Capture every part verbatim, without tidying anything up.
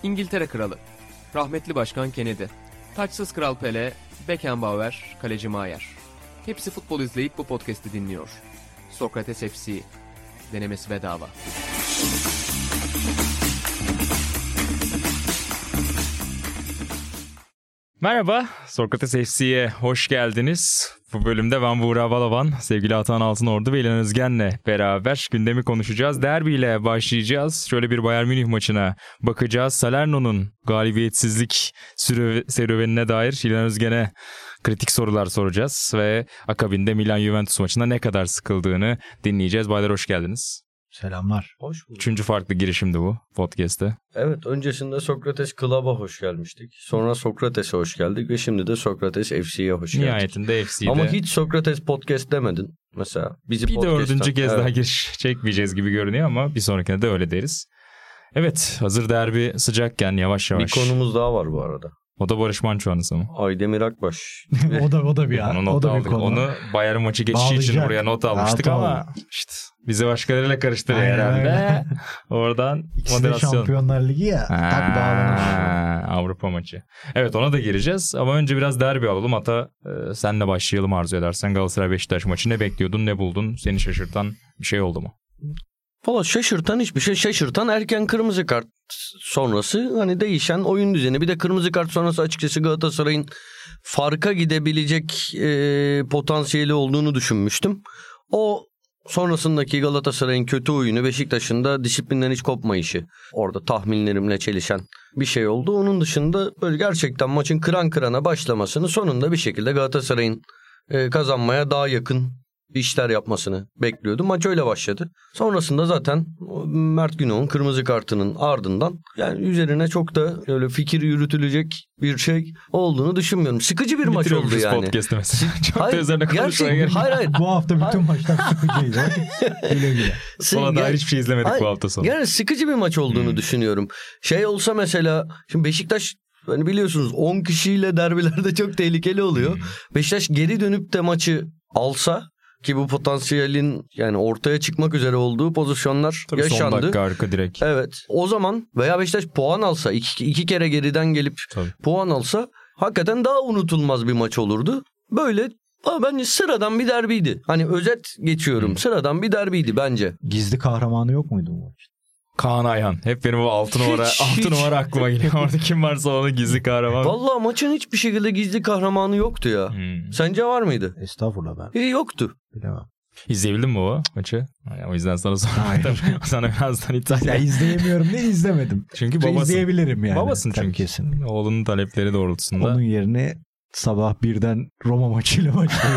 İngiltere Kralı, rahmetli Başkan Kennedy, taçsız Kral Pele, Beckenbauer, Kaleci Maier. Hepsi futbol izleyip bu podcast'i dinliyor. Sokrates F C, denemesi bedava. Merhaba, Sokrates F C'ye hoş geldiniz. Bu bölümde ben Buğra Balaban, sevgili Atahan Altınordu ve İlhan Özgen'le beraber gündemi konuşacağız. Derbi ile başlayacağız. Şöyle bir Bayern Münih maçına bakacağız. Salerno'nun galibiyetsizlik serüvenine dair İlhan Özgen'e kritik sorular soracağız. Ve akabinde Milan-Juventus maçında ne kadar sıkıldığını dinleyeceğiz. Baylar hoş geldiniz. Selamlar. Hoş bulduk. Üçüncü farklı girişimdi bu podcast'te. Evet, öncesinde Sokrates Club'a hoş gelmiştik. Sonra Sokrates'e hoş geldik ve şimdi de Sokrates F C'ye hoş geldik. Nihayetinde F C'de. Ama hiç Sokrates podcast demedin mesela. Bizi bir dördüncü kez evet. daha giriş çekmeyeceğiz gibi görünüyor ama bir sonrakine de öyle deriz. Evet, hazır derbi sıcakken yavaş yavaş. Bir konumuz daha var bu arada. O da Barış Manço anısı mı? Aydemir Akbaş. o da o da bir Onu not o da aldık. bir konu. Onu Bayern maçı geçişi için buraya not almıştık Rahat ama ol. işte bizi başkalarıyla karıştırıyor Aynen herhalde. öyle. Oradan İkisi de moderasyon. Şampiyonlar Ligi ya. Tak bağlanır. Avrupa maçı. Evet, ona da gireceğiz ama önce biraz derbi alalım. Hatta e, senle başlayalım arzu edersen. Galatasaray Beşiktaş maçı ne bekliyordun, ne buldun? Seni şaşırtan bir şey oldu mu? Valla şaşırtan hiçbir şey. Şaşırtan erken kırmızı kart sonrası hani değişen oyun düzeni. Bir de kırmızı kart sonrası açıkçası Galatasaray'ın farka gidebilecek e, potansiyeli olduğunu düşünmüştüm. O sonrasındaki Galatasaray'ın kötü oyunu, Beşiktaş'ın da disiplinden hiç kopmayışı orada tahminlerimle çelişen bir şey oldu. Onun dışında böyle gerçekten maçın kıran kırana başlamasını, sonunda bir şekilde Galatasaray'ın e, kazanmaya daha yakın işler yapmasını bekliyordum. Maç öyle başladı. Sonrasında zaten Mert Günok'un kırmızı kartının ardından yani üzerine çok da öyle fikir yürütülecek bir şey olduğunu düşünmüyorum. Sıkıcı bir maç oldu yani. Podcast'ı mesela. Çok hayır, da üzerine konuşmaya gerek. Hayır hayır. Bu hafta bütün hayır. maçlar sıkıcıydı. Güle güle. Ona dair hiçbir şey izlemedik hayır, bu hafta sonu. Yani sıkıcı bir maç olduğunu hmm. düşünüyorum. Şey olsa mesela şimdi Beşiktaş hani biliyorsunuz on kişiyle derbilerde çok tehlikeli oluyor. Hmm. Beşiktaş geri dönüp de maçı alsa ki bu potansiyelin yani ortaya çıkmak üzere olduğu pozisyonlar tabii yaşandı. Son dakika arka direkt. Evet. O zaman veya Beşiktaş puan alsa iki, iki kere geriden gelip tabii. puan alsa hakikaten daha unutulmaz bir maç olurdu. Böyle bence sıradan bir derbiydi. Hani özet geçiyorum. Hmm. Sıradan bir derbiydi bence. Gizli kahramanı yok muydu bu maç? Kaan Ayhan. Hep benim o altı numara hiç, altı hiç. numara aklıma geliyor. Orada kim varsa onun gizli kahramanı. Vallahi maçın hiçbir şekilde gizli kahramanı yoktu ya. Hmm. Sence var mıydı? Estağfurullah ben. E, yoktu. Bilemem. İzleyebildin mi o maçı? Yani o yüzden sana sormadım. Sana birazdan İtalya. Ya izleyemiyorum ne izlemedim. Çünkü babasın. İzleyebilirim yani. Babasın çünkü. Kesin. Oğlunun talepleri doğrultusunda. Onun yerine sabah birden Roma maçıyla başlayıp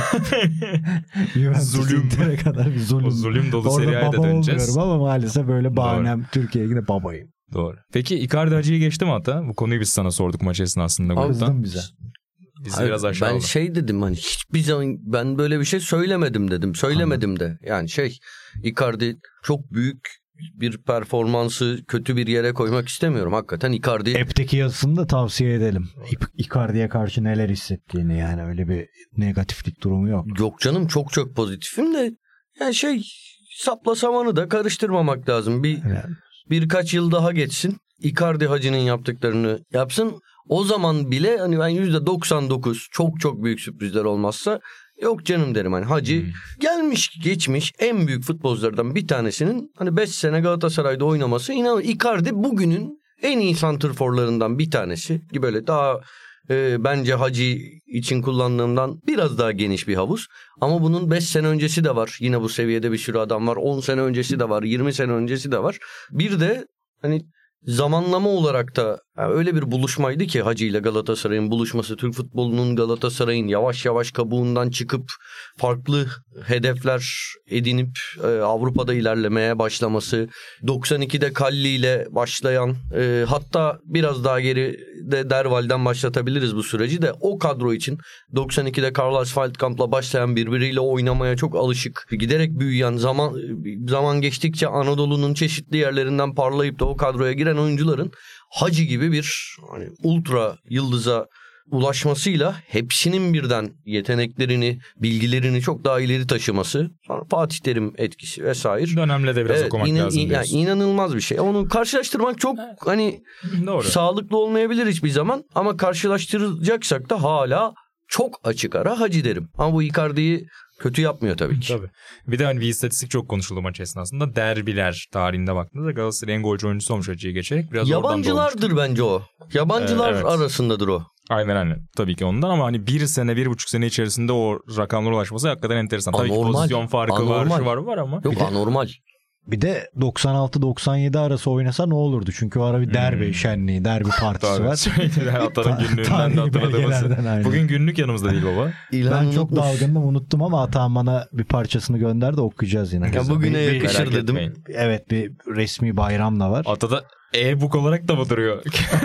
zulüm. Inter'e kadar bir zulüm. O zulüm dolu seriye de döneceğiz. Ama maalesef böyle bahanem Türkiye'ye gidip babayım. Doğru. Peki Icardi Hacı'yı geçti mi hatta? Bu konuyu biz sana sorduk maç esnasında. Kızdın bize. Biz Hayır, biraz aşağı ben aldım. şey dedim hani hiçbir zaman ben böyle bir şey söylemedim dedim. Söylemedim Anladım. de. Yani şey Icardi çok büyük bir performansı kötü bir yere koymak istemiyorum. Hakikaten Icardi. App'teki yazısını da tavsiye edelim. Icardi'ye karşı neler hissettiğini yani öyle bir negatiflik durumu yok. Yok canım çok çok pozitifim de yani şey sapla samanı da karıştırmamak lazım. Bir evet. Birkaç yıl daha geçsin. Icardi Hacı'nın yaptıklarını yapsın. O zaman bile hani ben yüzde doksan dokuz çok çok büyük sürprizler olmazsa yok canım derim. Hani Hacı hmm. gelmiş geçmiş en büyük futbolculardan bir tanesinin hani beş sene Galatasaray'da oynaması inanın Icardi bugünün en iyi santrforlarından bir tanesi ki böyle daha e, bence Hacı için kullandığımdan biraz daha geniş bir havuz. Ama bunun beş sene öncesi de var. Yine bu seviyede bir sürü adam var. on sene öncesi de var. yirmi sene öncesi de var. Bir de hani zamanlama olarak da yani öyle bir buluşmaydı ki Hacı ile Galatasaray'ın buluşması, Türk futbolunun Galatasaray'ın yavaş yavaş kabuğundan çıkıp farklı hedefler edinip e, Avrupa'da ilerlemeye başlaması, doksan ikide Kalli ile başlayan e, hatta biraz daha geri de Derval'den başlatabiliriz bu süreci de o kadro için doksan ikide Carlos Feldkamp'la başlayan birbiriyle oynamaya çok alışık, giderek büyüyen zaman zaman geçtikçe Anadolu'nun çeşitli yerlerinden parlayıp da o kadroya giren oyuncuların Hacı gibi bir hani ultra yıldıza ulaşmasıyla hepsinin birden yeteneklerini, bilgilerini çok daha ileri taşıması, sonra Fatih Terim etkisi vesaire. Dönemle de biraz evet, okumak inan, lazım yani diyorsun. inanılmaz bir şey. Onu karşılaştırmak çok hani Doğru. sağlıklı olmayabilir hiçbir zaman ama karşılaştıracaksak da hala çok açık ara Hacı derim. Ama bu Icardi'yi kötü yapmıyor tabii ki. Tabii. Bir de hani bir istatistik çok konuşuldu maç esnasında. Derbiler tarihinde baktığınızda Galatasaray'ın en golcü oyuncusu olmuş Hacı'yı geçerek. Biraz Yabancılardır bence o. Yabancılar Ee, evet. arasındadır o. Aynen aynen. Tabii ki ondan ama hani bir sene, bir buçuk sene içerisinde o rakamlara ulaşması hakikaten enteresan. Tabii ki Anormal. pozisyon farkı Anormal. var, şu var, var ama. Yok anormal. Bir de doksan altı doksan yedi arası oynasa ne olurdu? Çünkü o ara bir derbi Hmm. şenliği, derbi partisi var. Atanın günlüğünden de Tarihi hatırladığımız. belgelerden aynı. Bugün günlük yanımızda değil baba. İlhan Ben çok unutmuş. dalgındım, unuttum ama Atahan bana bir parçasını gönderdi, okuyacağız yine. Ya bugüne Bir- bir- yakışır Merak dedim. etmeyin. Evet, bir resmi bayram da var. Atada e-book olarak da mı duruyor?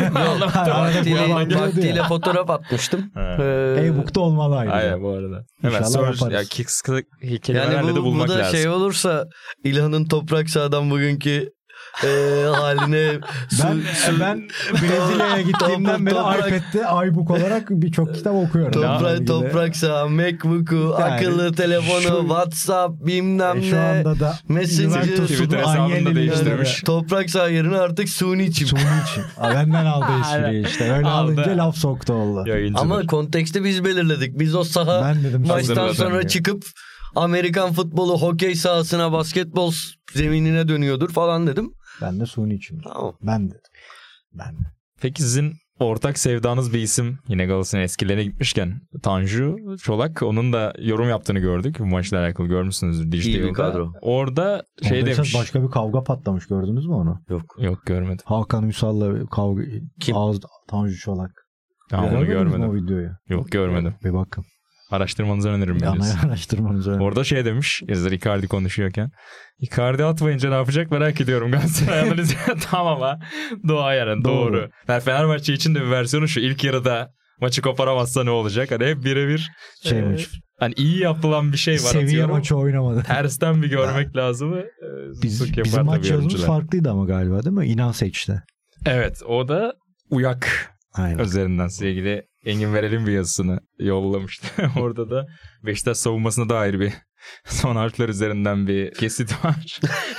Vaktiyle, Buradan geliyordu vaktiyle ya. fotoğraf atmıştım. Ha. Ee, E-book'ta olmalı ayrıca. Aynen bu arada. Hemen İnşallah search, yaparız. ya kicks kelimelerle yani de bu, bu bulmak da lazım. şey olursa İlhan'ın Toprak Sağ'dan bugünkü e, haline su, Ben su- ben Brezilya'ya gittiğimden beri Toprak- iPad'de iBook olarak birçok kitap okuyorum. Toprak, Yani toprak Sağ, Macbook'u, Yani akıllı telefonu, şu- WhatsApp, bilmem E, şu ne. anda da Messenger, Juventus'un Twitter hesabını da Agnelli'leri değiştirmiş. de- Toprak Sağ yerine artık suni çip. Suni için. Aa, benden aldı espriyi işte. Öyle Aldı. alınca laf soktu oldu. Yayıncıdır. Ama konteksti biz belirledik. Biz o saha Ben dedim. maçtan Hazırladım sonra ya. çıkıp Amerikan futbolu, hokey sahasına, basketbol zeminine dönüyordur falan dedim. Ben de suni için. Tamam. Ben dedim. Ben de. Peki sizin ortak sevdanız bir isim yine Galatasaray'ın eskilerine gitmişken Tanju Çolak, onun da yorum yaptığını gördük. Bu maçla alakalı görmüşsünüzdür İyi bir Dijital'da. kadro. Orada şey Orada demiş. başka bir kavga patlamış, gördünüz mü onu? Yok. Yok görmedim. Hakan Ünsal'la bir kavga. Kim? Ağız, Tanju Çolak. Tamam, onu Görmediniz mi o görmedim. videoyu? Yok görmedim. Bir bakın. Araştırmanızı öneririm. Bir ben ana size. araştırmanızı önemli. Orada şey demiş. Yazar Icardi konuşuyorken. Icardi atmayınca ne yapacak merak ediyorum. Galatasaray analizi. Tamam ha. Doğa yarın. Doğru. Doğru. Ben Fenerbahçe için de bir versiyonu şu. İlk yarıda maçı koparamazsa ne olacak? Hani hep birebir Şeymiş. e, hani iyi yapılan bir şey var. Seviye atıyorum. maçı oynamadı. Tersten bir görmek lazım. E, Biz, sık yapar bizim tabii maç yazımız yorumcular. farklıydı ama galiba, değil mi? İnan seçti. Evet. O da Uyak Aynen. üzerinden sevgili Engin Verel'in bir yazısını yollamıştı. Orada da Beşiktaş savunmasına dair bir son harfler üzerinden bir kesit var.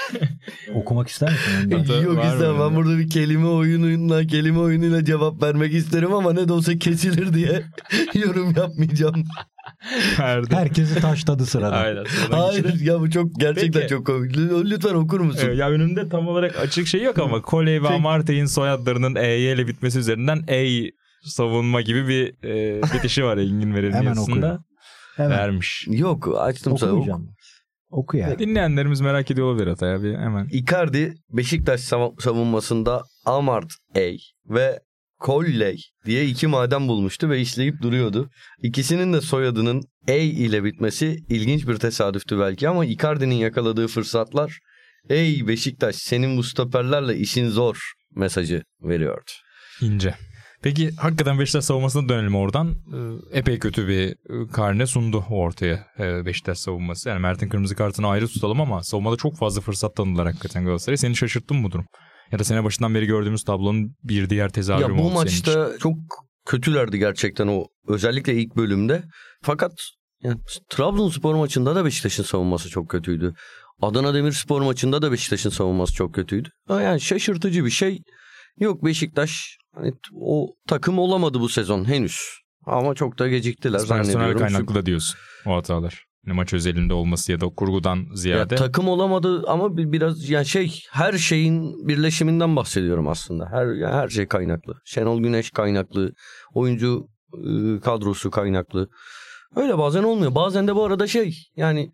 Okumak ister misin? Ondan? Hatta Yok var mı istemem. Ben öyle? burada bir kelime oyunuyla kelime oyunuyla cevap vermek isterim ama ne de olsa kesilir diye yorum yapmayacağım. Nerede? Herkesi taşladı sırada. Aynen. Sıradan Hayır geçelim. ya bu çok gerçekten Peki. çok komik. Lü- Lütfen okur musun? Ee, ya önümde tam olarak açık şey yok ama Koley ve Peki. Amartey'in soyadlarının E ile bitmesi üzerinden E savunma gibi bir e, bitişi var Engin Verel'in Hemen yazısında. okuyorum. Evet. Vermiş. Yok açtım sana. Okumayacağım. Oku ya. Dinleyenlerimiz merak ediyor olabilir hatta ya bir hemen. Icardi Beşiktaş sav- savunmasında Amart Ey ve Kolley diye iki maden bulmuştu ve işleyip duruyordu. İkisinin de soyadının Ey ile bitmesi ilginç bir tesadüftü belki ama Icardi'nin yakaladığı fırsatlar ey Beşiktaş senin bu stoperlerle işin zor mesajı veriyordu. İnce. Peki hakikaten Beşiktaş savunmasına dönelim oradan. Ee, epey kötü bir e, karne sundu ortaya e, Beşiktaş savunması. Yani Mert'in kırmızı kartını ayrı tutalım ama savunmada çok fazla fırsat tanıdılar hakikaten Galatasaray. Seni şaşırttı mı bu durum? Ya da sene başından beri gördüğümüz tablonun bir diğer tezahürü Ya mü bu oldu senin için? maçta çok kötülerdi gerçekten o özellikle ilk bölümde. Fakat yani, Trabzonspor maçında da Beşiktaş'ın savunması çok kötüydü. Adana Demirspor maçında da Beşiktaş'ın savunması çok kötüydü. Yani şaşırtıcı bir şey yok. Beşiktaş hani, o takım olamadı bu sezon henüz. Ama çok da geciktiler Personel zannediyorum. kaynaklı da diyorsun o hatalar. Yani maç özelinde olması ya da kurgudan Ya, ziyade. takım olamadı ama bir- biraz yani şey her şeyin birleşiminden bahsediyorum aslında. Her yani her şey kaynaklı. Şenol Güneş kaynaklı, oyuncu ıı, kadrosu kaynaklı. Öyle bazen olmuyor. Bazen de bu arada şey yani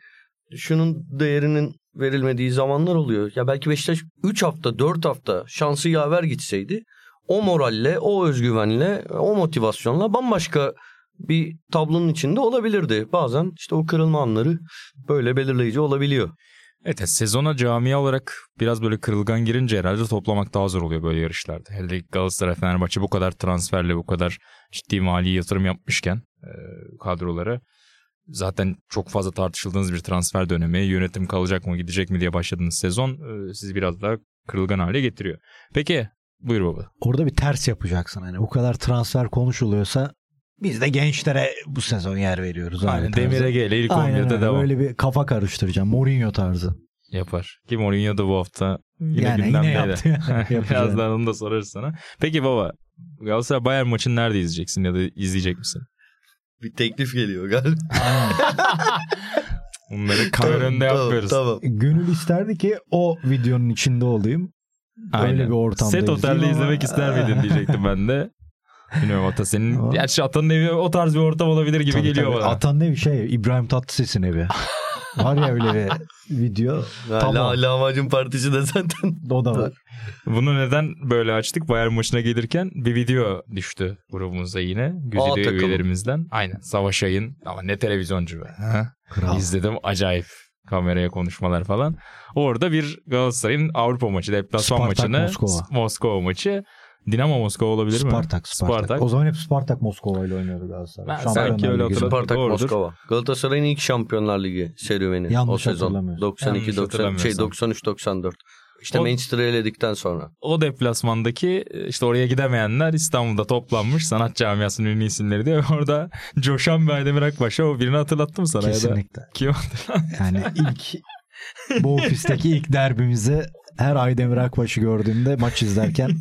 şunun değerinin verilmediği zamanlar oluyor. Ya belki Beşiktaş üç hafta dört hafta şansı yaver gitseydi o moralle, o özgüvenle, o motivasyonla bambaşka bir tablonun içinde olabilirdi. Bazen işte o kırılma anları böyle belirleyici olabiliyor. Evet, sezona camia olarak biraz böyle kırılgan girince herhalde toplamak daha zor oluyor böyle yarışlarda. Hele Galatasaray, Fenerbahçe bu kadar transferle, bu kadar ciddi mali yatırım yapmışken e, kadrolara zaten çok fazla tartışıldığınız bir transfer dönemi, yönetim kalacak mı gidecek mi diye başladığınız sezon e, sizi biraz daha kırılgan hale getiriyor. Peki buyur baba. Orada bir ters yapacaksın. Hani o kadar transfer konuşuluyorsa Biz de gençlere bu sezon yer veriyoruz. Aynen, Demire G'yle ilk on birde devam. Böyle bir kafa karıştıracağım. Mourinho tarzı. Yapar. Ki Mourinho da bu hafta yine yani gündemdeydi. Yine yaptı. Birazdan onu da sorarız sana. Peki baba, Galatasaray Bayern maçını nerede izleyeceksin ya da izleyecek misin? Bir teklif geliyor galiba. Bunları kamera önünde tamam, yapmıyoruz. Tamam. Gönül isterdi ki o videonun içinde olayım. Aynen. Öyle bir ortamda Set otelde ama... izlemek ister miydin diyecektim ben de. Bilmiyorum Ata senin. Ama... Gerçi Ata'nın evi o tarz bir ortam olabilir gibi tabii, geliyor tabii. bana. Ata'nın evi şey İbrahim Tatlıses'in evi. Var ya öyle bir video. Tamam. La, lahmacun partisi de zaten. O da var. Bunu neden böyle açtık? Bayern maçına gelirken bir video düştü grubumuza yine. Güzide üyelerimizden. Aynen. Savaş Ayın. Ama ne televizyoncu be. Kral. İzledim. Acayip. Kameraya konuşmalar falan. Orada bir Galatasaray'ın Avrupa maçı, deplasman Spartak maçını. Moskova. Moskova maçı. Dinamo Moskova olabilir mi? Spartak, Spartak. Spartak. O zaman hep Spartak Moskova ile oynuyordu Galatasaray. Ben Şampiyonlar sanki öyle Ligi'de. hatırladım. Spartak Doğrudur. Moskova. Galatasaray'ın ilk Şampiyonlar Ligi serüveni. Yanlış o sezon. hatırlamıyorsun. doksan iki Yanlış doksan şey hatırlamıyorsam. doksan üç doksan dört. İşte O- Manchester'ı eledikten sonra. O deplasmandaki işte oraya gidemeyenler İstanbul'da toplanmış, sanat camiasının ünlü isimleri diye orada coşan bir Aydemir Akbaş'a, o birini hatırlattı mı sana? Ya da Kesinlikle. kim hatırlattı? Yani ilk bu ofisteki ilk derbimizi her Aydemir Akbaş'ı gördüğümde maç izlerken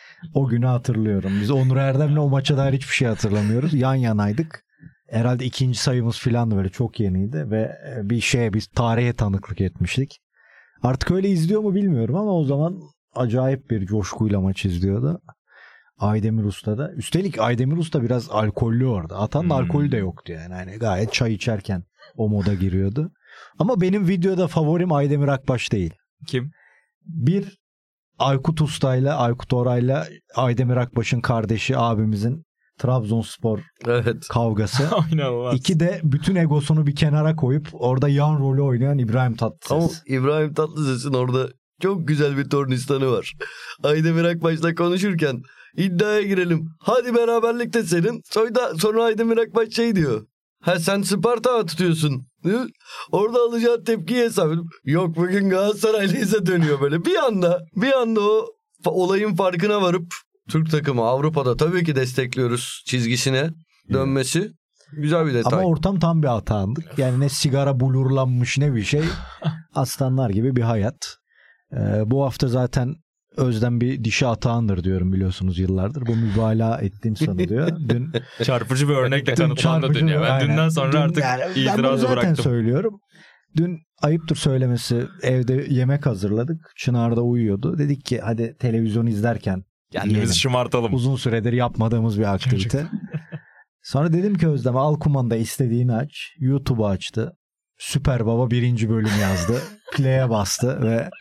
o günü hatırlıyorum. Biz Onur Erdem'le o maça dair hiçbir şey hatırlamıyoruz. Yan yanaydık. Herhalde ikinci sayımız falan da böyle çok yeniydi ve bir şeye biz tarihe tanıklık etmiştik. Artık öyle izliyor mu bilmiyorum ama o zaman acayip bir coşkuyla maç izliyordu. Aydemir Usta da. Üstelik Aydemir Usta biraz alkollü orada. Atan da Hmm. alkolü de yoktu yani. Hani gayet çay içerken o moda giriyordu. Ama benim videoda favorim Aydemir Akbaş değil. Kim? Bir, Aykut Usta'yla, Aykut Oray'la Aydemir Akbaş'ın kardeşi abimizin Trabzonspor Evet. kavgası. Aynen. İki de bütün egosunu bir kenara koyup orada yan rolü oynayan İbrahim Ama Tatlıses. İbrahim Tatlıses'in orada çok güzel bir tornistanı var. Aydemir Akbaş'la konuşurken iddiaya girelim. Hadi beraberlik de senin. Sonra, sonra Aydemir Akbaş şey diyor. Ha sen Sparta tutuyorsun. Hı? Orada alacağı tepkiyi hesap edip yok bugün Galatasaraylıysa dönüyor böyle. Bir anda bir anda o fa- olayın farkına varıp Türk takımı Avrupa'da tabii ki destekliyoruz çizgisine dönmesi. Güzel bir detay. Ama ortam tam bir atağındık. Yani ne sigara bulurlanmış ne bir şey. Aslanlar gibi bir hayat. Ee, bu hafta zaten Özlem bir dişi atağındır diyorum biliyorsunuz yıllardır. Bu mübalağa ettiğim sanılıyor. Dün Çarpıcı bir örnekle Dün kanıtlandı çarpıcı dünya. bir- Ben aynen. dünden sonra Dün artık yani ben bunu itirazı zaten bıraktım. söylüyorum. Dün ayıptır söylemesi evde yemek hazırladık. Çınar da uyuyordu. Dedik ki hadi televizyon izlerken Kendimizi yiyelim. şımartalım. Uzun süredir yapmadığımız bir aktivite. Sonra dedim ki Özlem al kumanda istediğini aç. YouTube'u açtı. Süper Baba birinci bölüm yazdı. Play'e bastı ve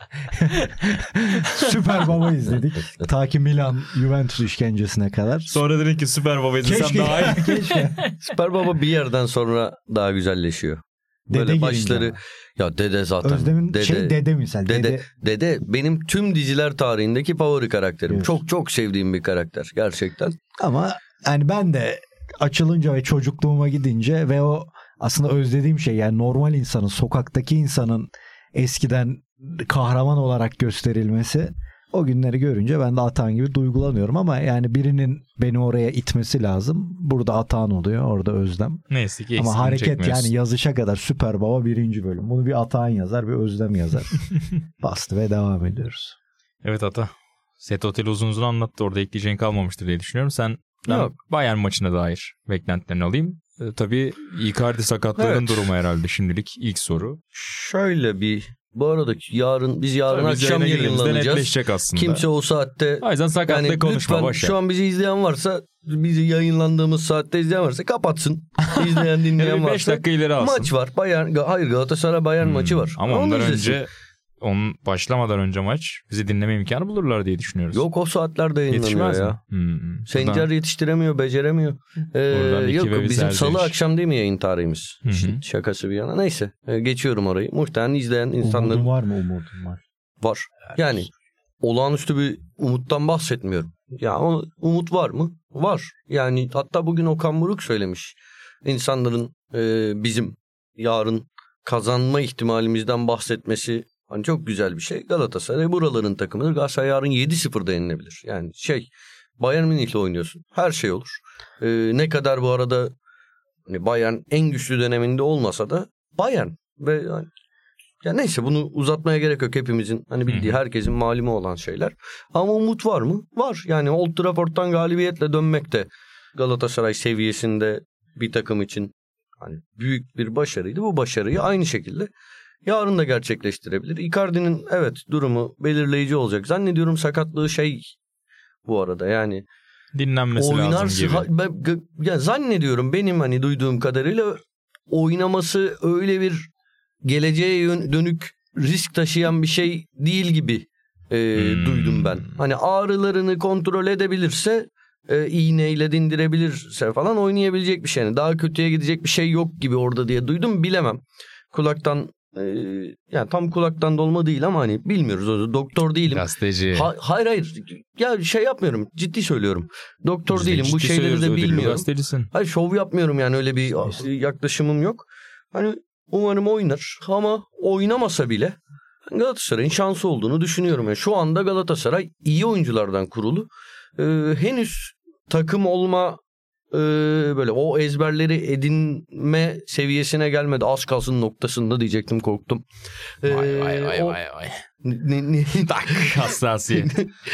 Süper Baba izledik. Ta ki Milan Juventus işkencesine kadar. Sonra dedin ki Süper Baba izlesem Keşke, daha iyi. keşke. Süper Baba bir yerden sonra daha güzelleşiyor. Böyle Dede başları girince. ya dede zaten. Özlem'in dede, şey dede misal. Dede, Dede. dede benim tüm diziler tarihindeki favori karakterim. Evet. Çok çok sevdiğim bir karakter gerçekten. Ama yani ben de açılınca ve çocukluğuma gidince ve o aslında özlediğim şey yani normal insanın, sokaktaki insanın eskiden kahraman olarak gösterilmesi, o günleri görünce ben de Atahan gibi duygulanıyorum ama yani birinin beni oraya itmesi lazım. Burada Atahan oluyor, orada Özlem. Neyse ki Ama eksikliğini hareket çekmiyorsun. yani yazışa kadar Süper Baba birinci bölüm. Bunu bir Atahan yazar, bir Özlem yazar. Bastı ve devam ediyoruz. Evet Ata. Set Oteli uzun uzun anlattı. Orada ekleyeceğin kalmamıştır diye düşünüyorum. Sen ben Yok. Bayern maçına dair beklentilerini alayım. E, tabii Icardi sakatlığının Evet. durumu herhalde şimdilik ilk soru. Şöyle bir bu arada yarın biz yarın Tabii biz akşam yayına girdiğimizde yayınlanacağız. netleşecek aslında. Kimse o saatte O yüzden sakatlığı yani konuşma lütfen boş ver. şu an bizi izleyen varsa bizi yayınlandığımız saatte izleyen varsa kapatsın. İzleyen dinleyen Yani beş varsa dakika ileri alsın. maç var. Bayern hayır Galatasaray Bayern Hmm, maçı var. Ama Onu ondan izlesin. önce onun başlamadan önce maç bizi dinleme imkanı bulurlar diye düşünüyoruz. Yok o saatlerde yayınlanıyor Yetişmez ya. mi? Hmm. Sencer Buradan- yetiştiremiyor, beceremiyor. Ee, Buradan iki yok ve bir bizim serzenmiş. salı akşam değil mi yayın tarihimiz? Hı hı. İşte şakası bir yana. Neyse e, geçiyorum orayı. Muhtemelen izleyen insanların Umudum var mı? Umudum var. var. Yani olağanüstü bir umuttan bahsetmiyorum. Ya o umut var mı? Var. Yani hatta bugün Okan Buruk söylemiş. İnsanların e, bizim yarın kazanma ihtimalimizden bahsetmesi hani çok güzel bir şey. Galatasaray buraların takımıdır. Galatasaray yarın yedi sıfırda yenilebilir. Yani şey Bayern Münih'le oynuyorsun. Her şey olur. Ee, ne kadar bu arada hani Bayern en güçlü döneminde olmasa da Bayern ve yani, ya neyse bunu uzatmaya gerek yok, hepimizin hani bildiği, herkesin malumu olan şeyler. Ama umut var mı? Var. Yani Old Trafford'dan galibiyetle dönmek de Galatasaray seviyesinde bir takım için hani büyük bir başarıydı. Bu başarıyı aynı şekilde yarın da gerçekleştirebilir. Icardi'nin evet durumu belirleyici olacak. Zannediyorum sakatlığı şey bu arada yani dinlenmesi oynar, lazım gibi. Ha, ben, ya zannediyorum benim hani duyduğum kadarıyla oynaması öyle bir geleceğe dönük risk taşıyan bir şey değil gibi e, hmm. duydum ben. Hani ağrılarını kontrol edebilirse, e, iğneyle dindirebilirse falan oynayabilecek bir şey. Yani daha kötüye gidecek bir şey yok gibi orada diye duydum, bilemem. Kulaktan e, yani tam kulaktan dolma değil ama hani bilmiyoruz, o doktor değilim. Gazeteci. Ha, hayır hayır ya şey yapmıyorum, ciddi söylüyorum. Doktor Biz değilim, bu şeyleri de bilmiyorum. Gazetecisin. Hayır, şov yapmıyorum yani, öyle bir yaklaşımım yok. Hani umarım oynar ama oynamasa bile Galatasaray'ın şansı olduğunu düşünüyorum. Yani şu anda Galatasaray iyi oyunculardan kurulu. Ee, henüz takım olma e, böyle o ezberleri edinme seviyesine gelmedi. Az kalsın noktasında diyecektim, korktum. Ee, vay vay vay o... vay vay. Ne, ne... Tak, hassasiyet.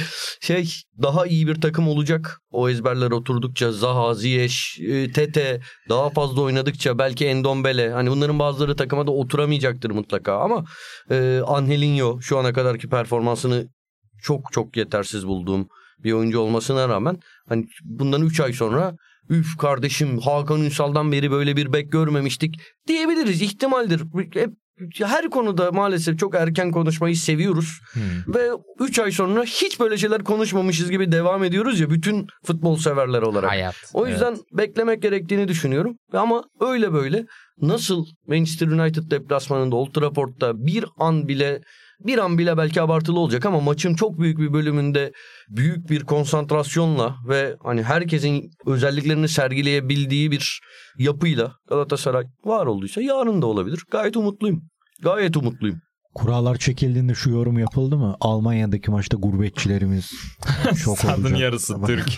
şey daha iyi bir takım olacak. O ezberler oturdukça Zaha, Ziyech, Tete daha fazla oynadıkça belki Endombele, hani bunların bazıları takıma da oturamayacaktır mutlaka ama e, Angelinho şu ana kadarki performansını çok çok yetersiz bulduğum bir oyuncu olmasına rağmen hani bundan üç ay sonra üf kardeşim Hakan Ünsal'dan beri böyle bir bek görmemiştik diyebiliriz. İhtimaldir. Hep her konuda maalesef çok erken konuşmayı seviyoruz. Hmm. Ve üç ay sonra hiç böyle şeyler konuşmamışız gibi devam ediyoruz ya bütün futbol severler olarak. Hayat. O yüzden evet. beklemek gerektiğini düşünüyorum. Ama öyle böyle nasıl Manchester United deplasmanında Old Trafford'da bir an bile bir an bile belki abartılı olacak ama maçın çok büyük bir bölümünde büyük bir konsantrasyonla ve hani herkesin özelliklerini sergileyebildiği bir yapıyla Galatasaray var olduysa yarın da olabilir. Gayet umutluyum. Gayet umutluyum. Kurallar çekildiğinde şu yorum yapıldı mı? Almanya'daki maçta gurbetçilerimiz çok Stadın olacak. yarısı Türk.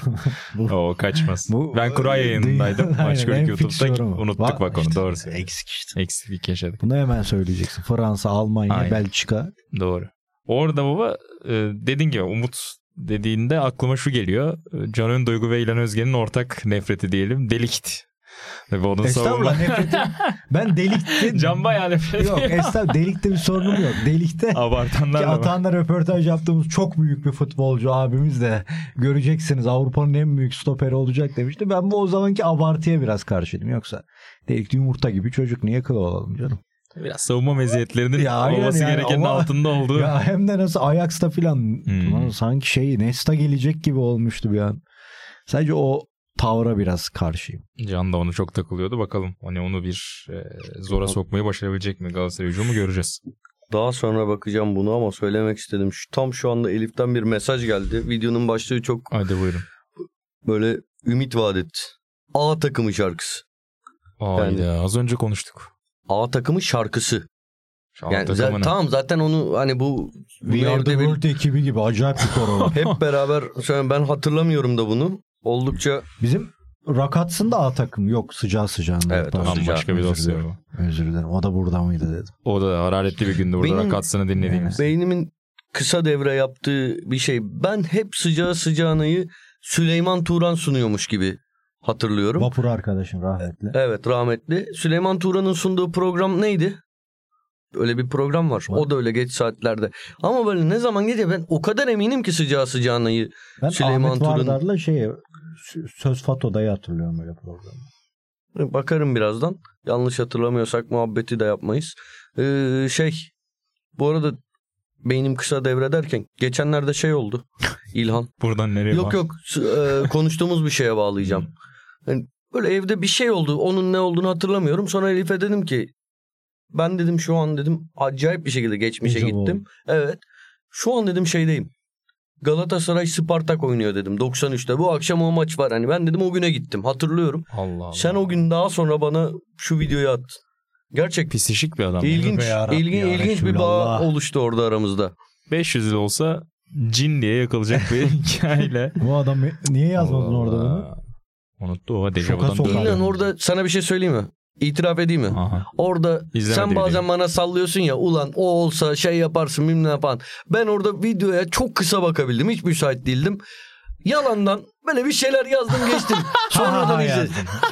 O kaçmaz. Bu, ben kura yayınındaydım. Maç Kırık YouTube'da unuttuk bak, bak onu. İşte, doğrusu. Eksik işte. Eksiklik yaşadık. Bunu hemen söyleyeceksin. Fransa, Almanya, aynen. Belçika. Doğru. Orada baba dediğin gibi umut dediğinde aklıma şu geliyor. Can Önduygu ve İlhan Özgen'in ortak nefreti diyelim. Delikti. Estağfurullah nefretim. Ben delikte... Can bayağı nefret. Yok estağfurullah, delikte bir sorunum yok. Delikte abartanlar ki Atan'la röportaj yaptığımız çok büyük bir futbolcu abimiz de göreceksiniz Avrupa'nın en büyük stoperi olacak demişti. Ben bu o zamanki abartıya biraz karşıydım. Yoksa delikte yumurta gibi çocuk, niye kıl olalım canım. Biraz savunma meziyetlerinin ya olması yani, gerekenin ama, altında olduğu. Ya hem de nasıl Ajax'ta filan hmm. sanki şey Nesta gelecek gibi olmuştu bir an. Sadece o tavra biraz karşıyım. Can da onu çok takılıyordu. Bakalım hani onu bir e, zora sokmayı başarabilecek mi Galatasaray hücumu, göreceğiz. Daha sonra bakacağım bunu ama söylemek istedim. Şu, tam şu anda Elif'ten bir mesaj geldi. Videonun başlığı çok hadi buyurun. Böyle ümit vaat etti. A takımı şarkısı. Hayda, yani, az önce konuştuk. A takımı şarkısı. A yani zaten, tamam zaten onu hani bu We Are The World bir... ekibi gibi acayip bir koro. Hep beraber ben hatırlamıyorum da bunu. Oldukça bizim Rakats'ın da A takım yok, sıcağı sıcağında. Evet, tamam, başka bir dosya bu. Özür dilerim. O da burada mıydı dedim. O da hararetli bir gündü burada Rakats'ını dinlediğimiz. Beynimin kısa devre yaptığı bir şey. Ben hep sıcağı sıcağınayı Süleyman Turan sunuyormuş gibi hatırlıyorum. Vapur arkadaşım rahmetli. Evet, rahmetli. Süleyman Turan'ın sunduğu program neydi? Öyle bir program var. var. O da öyle geç saatlerde. Ama böyle ne zaman gece ben o kadar eminim ki sıcağı sıcağınayı ben Süleyman Turan. Ben Ahmet Vardar'la şey Söz Fato'dayı hatırlıyorum öyle programı. Bakarım birazdan. Yanlış hatırlamıyorsak muhabbeti de yapmayız. Ee, şey bu arada beynim kısa devrederken geçenlerde şey oldu. İlhan. Buradan nereye Yok var? yok e, konuştuğumuz bir şeye bağlayacağım. Yani böyle evde bir şey oldu. Onun ne olduğunu hatırlamıyorum. Sonra Elif'e dedim ki ben dedim şu an dedim acayip bir şekilde geçmişe Güzel gittim. Oldu. Evet. Şu an dedim şeydeyim. Galatasaray Spartak oynuyor dedim doksan üçte. Bu akşam o maç var. Hani ben dedim o güne gittim. Hatırlıyorum. Allah Allah. Sen o gün daha sonra bana şu videoyu attın. Gerçek pisişik bir adam. İlginç, ilgin, ilginç bir bağ oluştu orada aramızda. beş yüz yıl olsa cin diye yakılacak bir hikayeyle. Bu adam niye yazmadın Allah orada Allah. bunu? Unuttu o. Şoka Dejavu'dan sokar. döndü. İnan orada sana bir şey söyleyeyim mi? İtiraf edeyim mi? Aha. Orada İzlemedi sen bazen bile. bana sallıyorsun ya, ulan o olsa şey yaparsın bilmem ne yapan. Ben orada videoya çok kısa bakabildim. Hiç müsait değildim. Yalandan böyle bir şeyler yazdım geçtim. Sonradan izledim.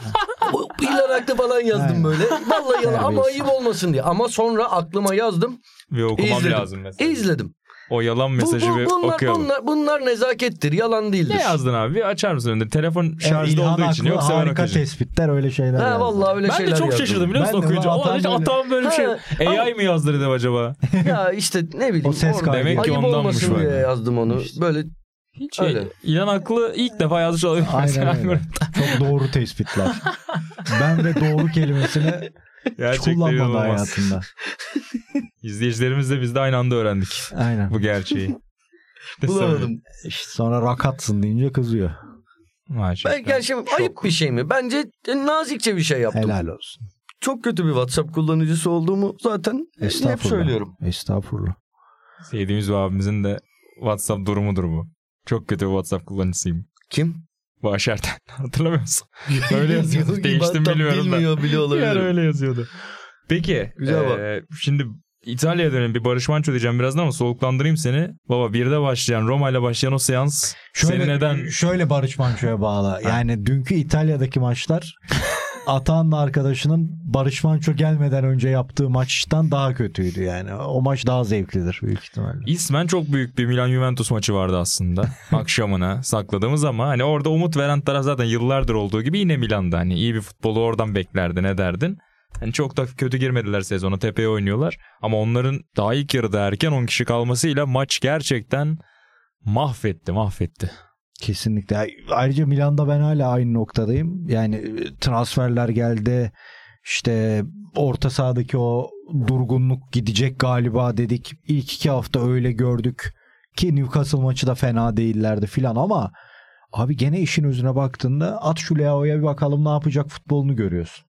Bilerekte falan yazdım Aynen. böyle. Vallahi yalan ama Terbiyesiz. ayıp olmasın diye. Ama sonra aklıma yazdım. Ve okumam İzledim. lazım mesela. İzledim. O yalan Bu, mesajı bu, bir bunlar, okuyalım. bunlar, bunlar nezakettir. Yalan değildir. Ne yazdın abi? Bir açar mısın önünde? Telefon şarjda İlhan olduğu için haklı, yoksa ben harika okuyacağım. tespitler öyle şeyler. Ha yazdı. vallahi öyle Ben şeyler de çok yazdım. şaşırdım biliyor musun Ben de okuyunca? ulan Ulan hiç atan böyle- atam böyle bir şey. Ha, A I mı yazdırdı dedim acaba? Ya işte ne bileyim. O ses orada kaydı. Demek ki ayıp ondanmış olmasın bak. diye yazdım onu. İşte. Böyle Hiç Öyle. öyle. İlan haklı ilk defa yazmış olabilir. Aynen Mesela. öyle. Çok doğru tespitler. Ben ve doğru kelimesini hiç Gerçekten kullanmadı inanılmaz. hayatında. İzleyicilerimiz de biz de aynı anda öğrendik Aynen. bu gerçeği. bulamadım. İşte sonra rakatsın deyince kızıyor. Maşallah. Ben gerçi ayıp bir şey mi? Bence nazikçe bir şey yaptım. Helal olsun. Çok kötü bir WhatsApp kullanıcısı olduğumu zaten hep Estağfurullah. söylüyorum. Estağfurullah. Sevdiğimiz bir abimizin de WhatsApp durumudur bu. Çok kötü bir WhatsApp kullanıcısıyım. Kim? Bağış Erten. Hatırlamıyor musun? Öyle yazıyordu. Yok, Değiştim hatta bilmiyorum da. bilmiyor bile Bir olabilir. ara öyle yazıyordu. Peki. Güzel bak. e, Şimdi İtalya'ya dönelim. Bir Barış Manço diyeceğim birazdan ama soluklandırayım seni. Baba birde başlayan, Roma ile başlayan o seans Şöyle, seni neden... Şöyle Barış Manço'ya bağlı. Yani dünkü İtalya'daki maçlar Atahan'la arkadaşının Barış Manço gelmeden önce yaptığı maçtan daha kötüydü yani. O maç daha zevklidir büyük ihtimalle. İsmen çok büyük bir Milan-Juventus maçı vardı aslında. Akşamına sakladığımız ama hani orada umut veren taraf zaten yıllardır olduğu gibi yine Milan'da. Hani iyi bir futbolu oradan beklerdin, ne derdin? Hani çok da kötü girmediler sezona, tepeye oynuyorlar. Ama onların daha ilk yarıda erken on kişi kalmasıyla maç gerçekten mahvetti, mahvetti. Kesinlikle. Ayrıca Milan'da ben hala aynı noktadayım. Yani transferler geldi. İşte orta sahadaki o durgunluk gidecek galiba dedik. İlk iki hafta öyle gördük. Ki Newcastle maçı da fena değillerdi filan ama abi gene işin özüne baktığında at şu Leao'ya bir bakalım ne yapacak futbolunu görüyorsun.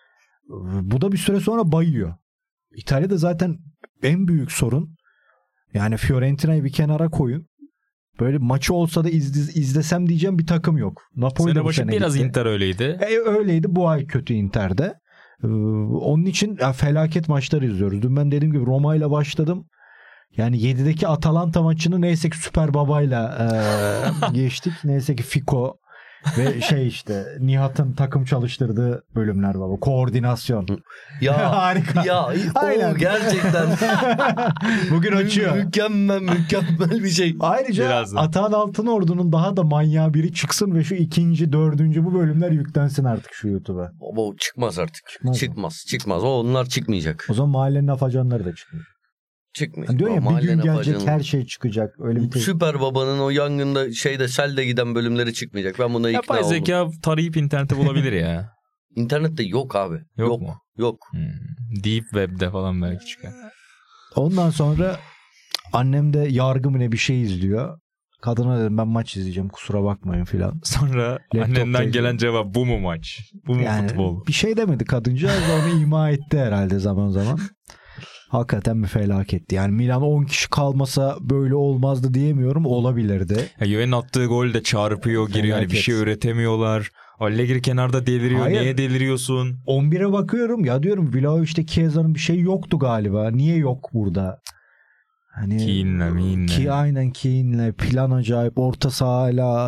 Bu da bir süre sonra bayıyor. İtalya'da zaten en büyük sorun yani Fiorentina'yı bir kenara koyun. Böyle maçı olsa da izle, izlesem diyeceğim bir takım yok. Napoli Sene de bu başı sene biraz gitti. Inter öyleydi. E, öyleydi, bu ay kötü Inter'de. Ee, onun için ya, felaket maçlar izliyoruz. Dün ben dediğim gibi Roma ile başladım. Yani yedideki Atalanta maçını neyse ki Süper Baba'yla e, geçtik. Neyse ki Fico ve şey işte Nihat'ın takım çalıştırdığı bölümler baba. Koordinasyon. Ya Harika. Ya Aynen. o gerçekten Bugün açıyor. mükemmel mükemmel bir şey. Ayrıca Birazdan. Atahan Altınordu'nun daha da manyağı biri çıksın ve şu ikinci, dördüncü bu bölümler yüklensin artık şu YouTube'a. O çıkmaz artık. Çıkmaz Çıkmaz. Çıkmaz. O onlar çıkmayacak. O zaman mahallenin afacanları da çıkıyor. Çıkmayacak. Yani diyor ya O bir gün mahallenin gelecek afacanı- her şey çıkacak. Öyle bir Süper Baba'nın o yangında şeyde selde giden bölümleri çıkmayacak. Ben buna ikna Yapay oldum. zeka tarayıp internette bulabilir ya. İnternette yok abi. Yok, Yok. mu? Yok. Hmm. Deep Web'de falan belki çıkar. Ondan sonra annem de yargı mı ne bir şey izliyor. Kadına dedim ben maç izleyeceğim kusura bakmayın filan. Sonra Laptop'ta annenden izliyorum. gelen cevap bu mu maç? Bu mu Yani futbol? bir şey demedi kadıncağız da onu ima etti herhalde zaman zaman. Hakikaten bir felaketti. Yani Milan on kişi kalmasa böyle olmazdı diyemiyorum. Olabilirdi. Ya Juve'nin attığı gol de çarpıyor, giriyor. Yani bir Felaket. şey üretemiyorlar. Allegri kenarda deliriyor. Hayır. Niye deliriyorsun? on bire bakıyorum ya diyorum Vlahovic'te Chiesa'nın bir şey yoktu galiba. Niye yok burada? Hani Keane'le, Meane'le. Ki aynen Keane'le plan acayip orta sahayla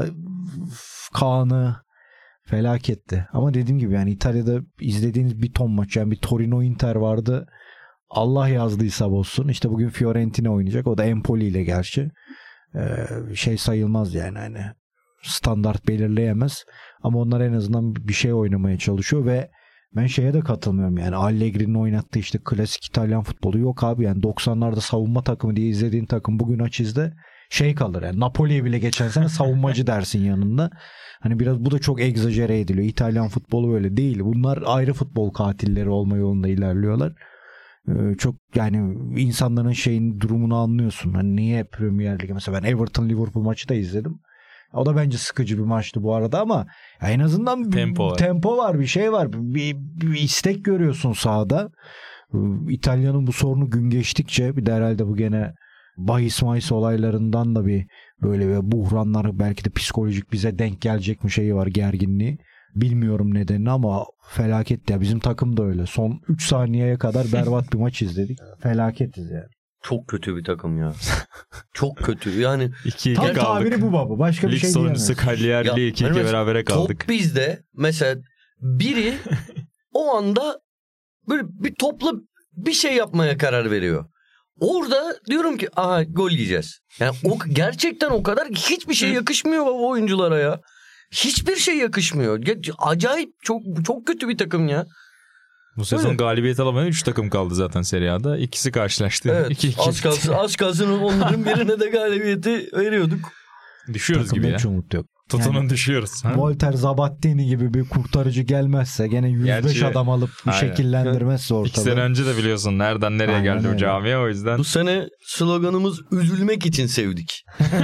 Kaan'ı felaketti. Ama dediğim gibi yani İtalya'da izlediğiniz bir ton maç yani bir Torino Inter vardı. Allah yazdıysa bozsun. İşte bugün Fiorentina oynayacak. O da Empoli ile gerçi. Ee, şey sayılmaz yani hani standart belirleyemez. Ama onlar en azından bir şey oynamaya çalışıyor ve ben şeye de katılmıyorum yani Allegri'nin oynattığı işte klasik İtalyan futbolu yok abi yani doksanlarda savunma takımı diye izlediğin takım bugün aç izle şey kalır yani Napoli'ye bile geçen sene savunmacı dersin yanında. Hani biraz bu da çok egzajere ediliyor. İtalyan futbolu öyle değil. Bunlar ayrı futbol katilleri olma yolunda ilerliyorlar. Ee, çok yani insanların şeyin durumunu anlıyorsun. Hani niye Premier Lig'e mesela ben Everton Liverpool maçı da izledim. O da bence sıkıcı bir maçtı bu arada ama en azından Tempo bir var. tempo var, bir şey var. Bir, bir istek görüyorsun sahada. İtalya'nın bu sorunu gün geçtikçe bir de herhalde bu gene bahis mahis olaylarından da bir böyle bir buhranlar, belki de psikolojik bize denk gelecek bir şeyi var, gerginliği. Bilmiyorum nedenini ama felaket ya. Bizim takım da öyle. Son üç saniyeye kadar berbat bir maç izledik. Felaketiz yani. Çok kötü bir takım ya. Çok kötü. Yani iki iki tam kaldık. tabiri bu baba. Başka Lig bir şey sonuncusu diyemez. Cagliari'yle iki iki hani berabere kaldık. Top bizde mesela biri o anda böyle bir topla bir şey yapmaya karar veriyor. Orada diyorum ki aha gol yiyeceğiz. Yani o gerçekten o kadar hiçbir şey yakışmıyor o oyunculara ya. Hiçbir şey yakışmıyor. Acayip çok çok kötü bir takım ya. Bu sezon Öyle. galibiyet alamayan üç takım kaldı zaten Serie A'da. İkisi karşılaştı. Evet. iki iki Az kalsın, az kalsın onların birine de galibiyeti veriyorduk. Düşüyoruz Takımda gibi ya. hiç umut yok. Tutunun Yani düşüyoruz. Ha? Volter Zabattini gibi bir kurtarıcı gelmezse, gene yüz beş Gerçi- adam alıp bir Aynen. şekillendirmezse ortalığı. İki sene önce de biliyorsun nereden nereye Aynen geldi o öyle. camiye, o yüzden Bu sene sloganımız üzülmek için sevdik.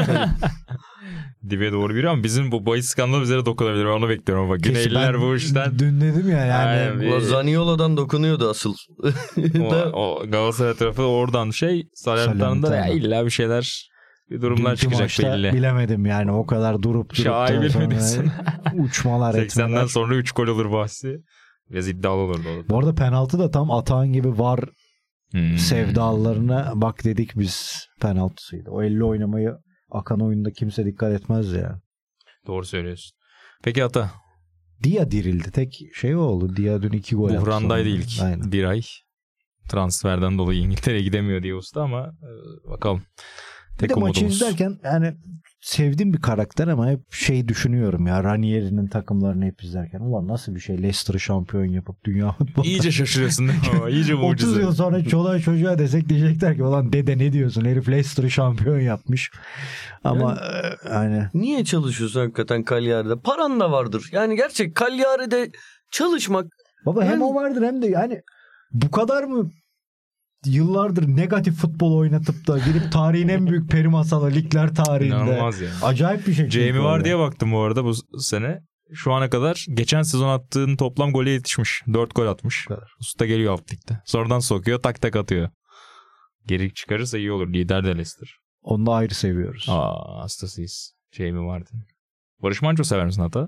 dibe doğru biri ama bizim bu bahis skandalı bizlere dokunabilir. Ben onu bekliyorum. Bak Kesin Güneyliler ben bu işten Dün dedim ya yani. Aynen, bir- Ulan Zaniola'dan dokunuyordu asıl. o, o Galatasaray tarafı oradan şey Salernitano'da ya Salernitano. illa bir şeyler, bir durumlar Dünkü çıkacak maçta belli. bilemedim yani, o kadar durup durup Şahay da bilmediysen. sonra uçmalar seksenden etmeler. sonra üç gol olur bahsi. Biraz iddialı olurdu o da. Bu arada penaltı da tam Atahan gibi var Hmm. sevdalarına bak dedik biz, penaltısıydı. O elle oynamayı akan oyunda kimse dikkat etmez ya. Doğru söylüyorsun. Peki Ata, Dia dirildi. Tek şey o oldu. Dia dün iki gol attı. buhrandaydı sonra. ilk Aynen. bir ay. Transferden dolayı İngiltere'ye gidemiyor diye usta ama e, bakalım. Bir Tek de maçı umudumuz. izlerken yani sevdiğim bir karakter ama hep şey düşünüyorum ya, Ranieri'nin takımlarını hep izlerken. Ulan nasıl bir şey Leicester'ı şampiyon yapıp dünya futbolu. İyice şaşırıyorsun değil mi? Ama İyice otuz mucize. yıl sonra çoluğa çocuğa desek diyecekler ki ulan dede ne diyorsun, herif Leicester'ı şampiyon yapmış. Ama e, yani Niye çalışıyorsun hakikaten Cagliari'de? Paran da vardır. Yani gerçek Cagliari'de çalışmak. baba hem Yani- o vardır hem de yani bu kadar mı yıllardır negatif futbol oynatıp da girip tarihin en büyük peri masalı ligler tarihinde. İnanılmaz yani. Acayip bir şey. çünkü Jamie var öyle. diye baktım bu arada bu sene. Şu ana kadar geçen sezon attığın toplam gole yetişmiş. dört gol atmış. Bu kadar. Usta geliyor alt ligde. Sonradan sokuyor, tak tak atıyor. Geri çıkarırsa iyi olur. Lider de Leicester. Onu da ayrı seviyoruz. Aa, hastasıyız. Jamie vardı. Barış Manço sever misin Ata?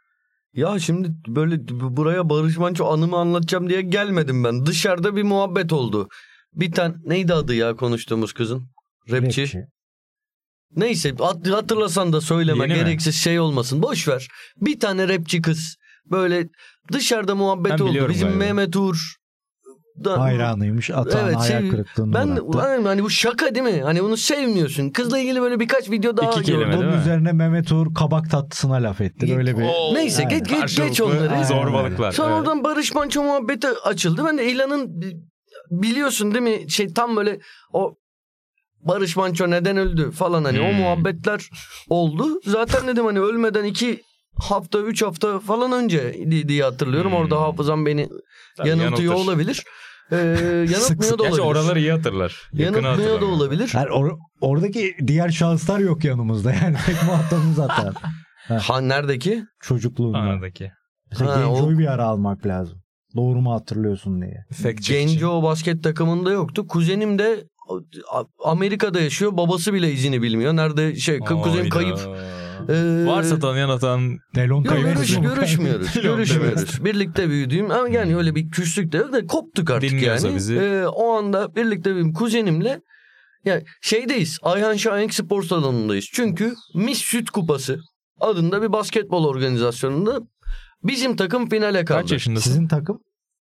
Ya şimdi böyle buraya Barış Manço anımı anlatacağım diye gelmedim ben. Dışarıda bir muhabbet oldu. Bir tane neydi adı ya konuştuğumuz kızın? Rapçi. Rapçi. Neyse hat- hatırlasan da söyleme, Yeni mi? gereksiz şey olmasın. Boş ver. Bir tane rapçi kız böyle dışarıda muhabbet Ben oldu. biliyorum Bizim galiba. Mehmet Uğur da, Hayranıymış. Atağın Evet, hayal sev- kırıklığına ben uğrattı. ulan hani bu şaka değil mi? Hani bunu sevmiyorsun. Kızla ilgili böyle birkaç video daha İki kelime. gördüm. değil Bunun mi? üzerine Mehmet Uğur kabak tatlısına laf etti. Böyle bir Oo. Neyse Aynen. geç, geç, geç Karşılıklı onları. zorbalıklar. Sonra Evet. oradan Barış Manço muhabbeti açıldı. Ben de İlhan'ın biliyorsun değil mi şey tam böyle o Barış Manço neden öldü falan hani Hmm. o muhabbetler oldu. Zaten dedim hani ölmeden iki hafta üç hafta falan önce diye hatırlıyorum. Hmm. Orada hafızam beni Tabii yanıltıyor yanıltır. olabilir. Ee, yanıltmıyor Sık da sık. Gerçi olabilir. oraları iyi hatırlar. Yakını Yanıltmıyor da hatırlamıyor. olabilir. Yani or- oradaki diğer şahıslar yok yanımızda. Yani tek muhatabımız zaten. Ha neredeki? Çocukluğunda. Aradaki. Mesela Ha, Genco'yu o- bir ara almak lazım. Doğru mu hatırlıyorsun diye. Fact checkçi. Genco basket takımında yoktu. Kuzenim de A- Amerika'da yaşıyor. Babası bile izini bilmiyor. Nerede şey kuzenim Hayda. kayıp. Ee, Varsa tanıyan atan Delon Yok, kaybetmiş. görüş, Delon görüşmüyoruz. kaybetmiş. görüşmüyoruz. Birlikte büyüdüğüm ama yani öyle bir küslük de yok da koptuk artık Dinliyorsa yani. bizi. Ee, o anda birlikte benim kuzenimle yani şeydeyiz. Ayhan Şahenk Spor Salonu'ndayız. Çünkü Miss Süt Kupası adında bir basketbol organizasyonunda bizim takım finale kaldı. kaç yaşındasın? Sizin takım?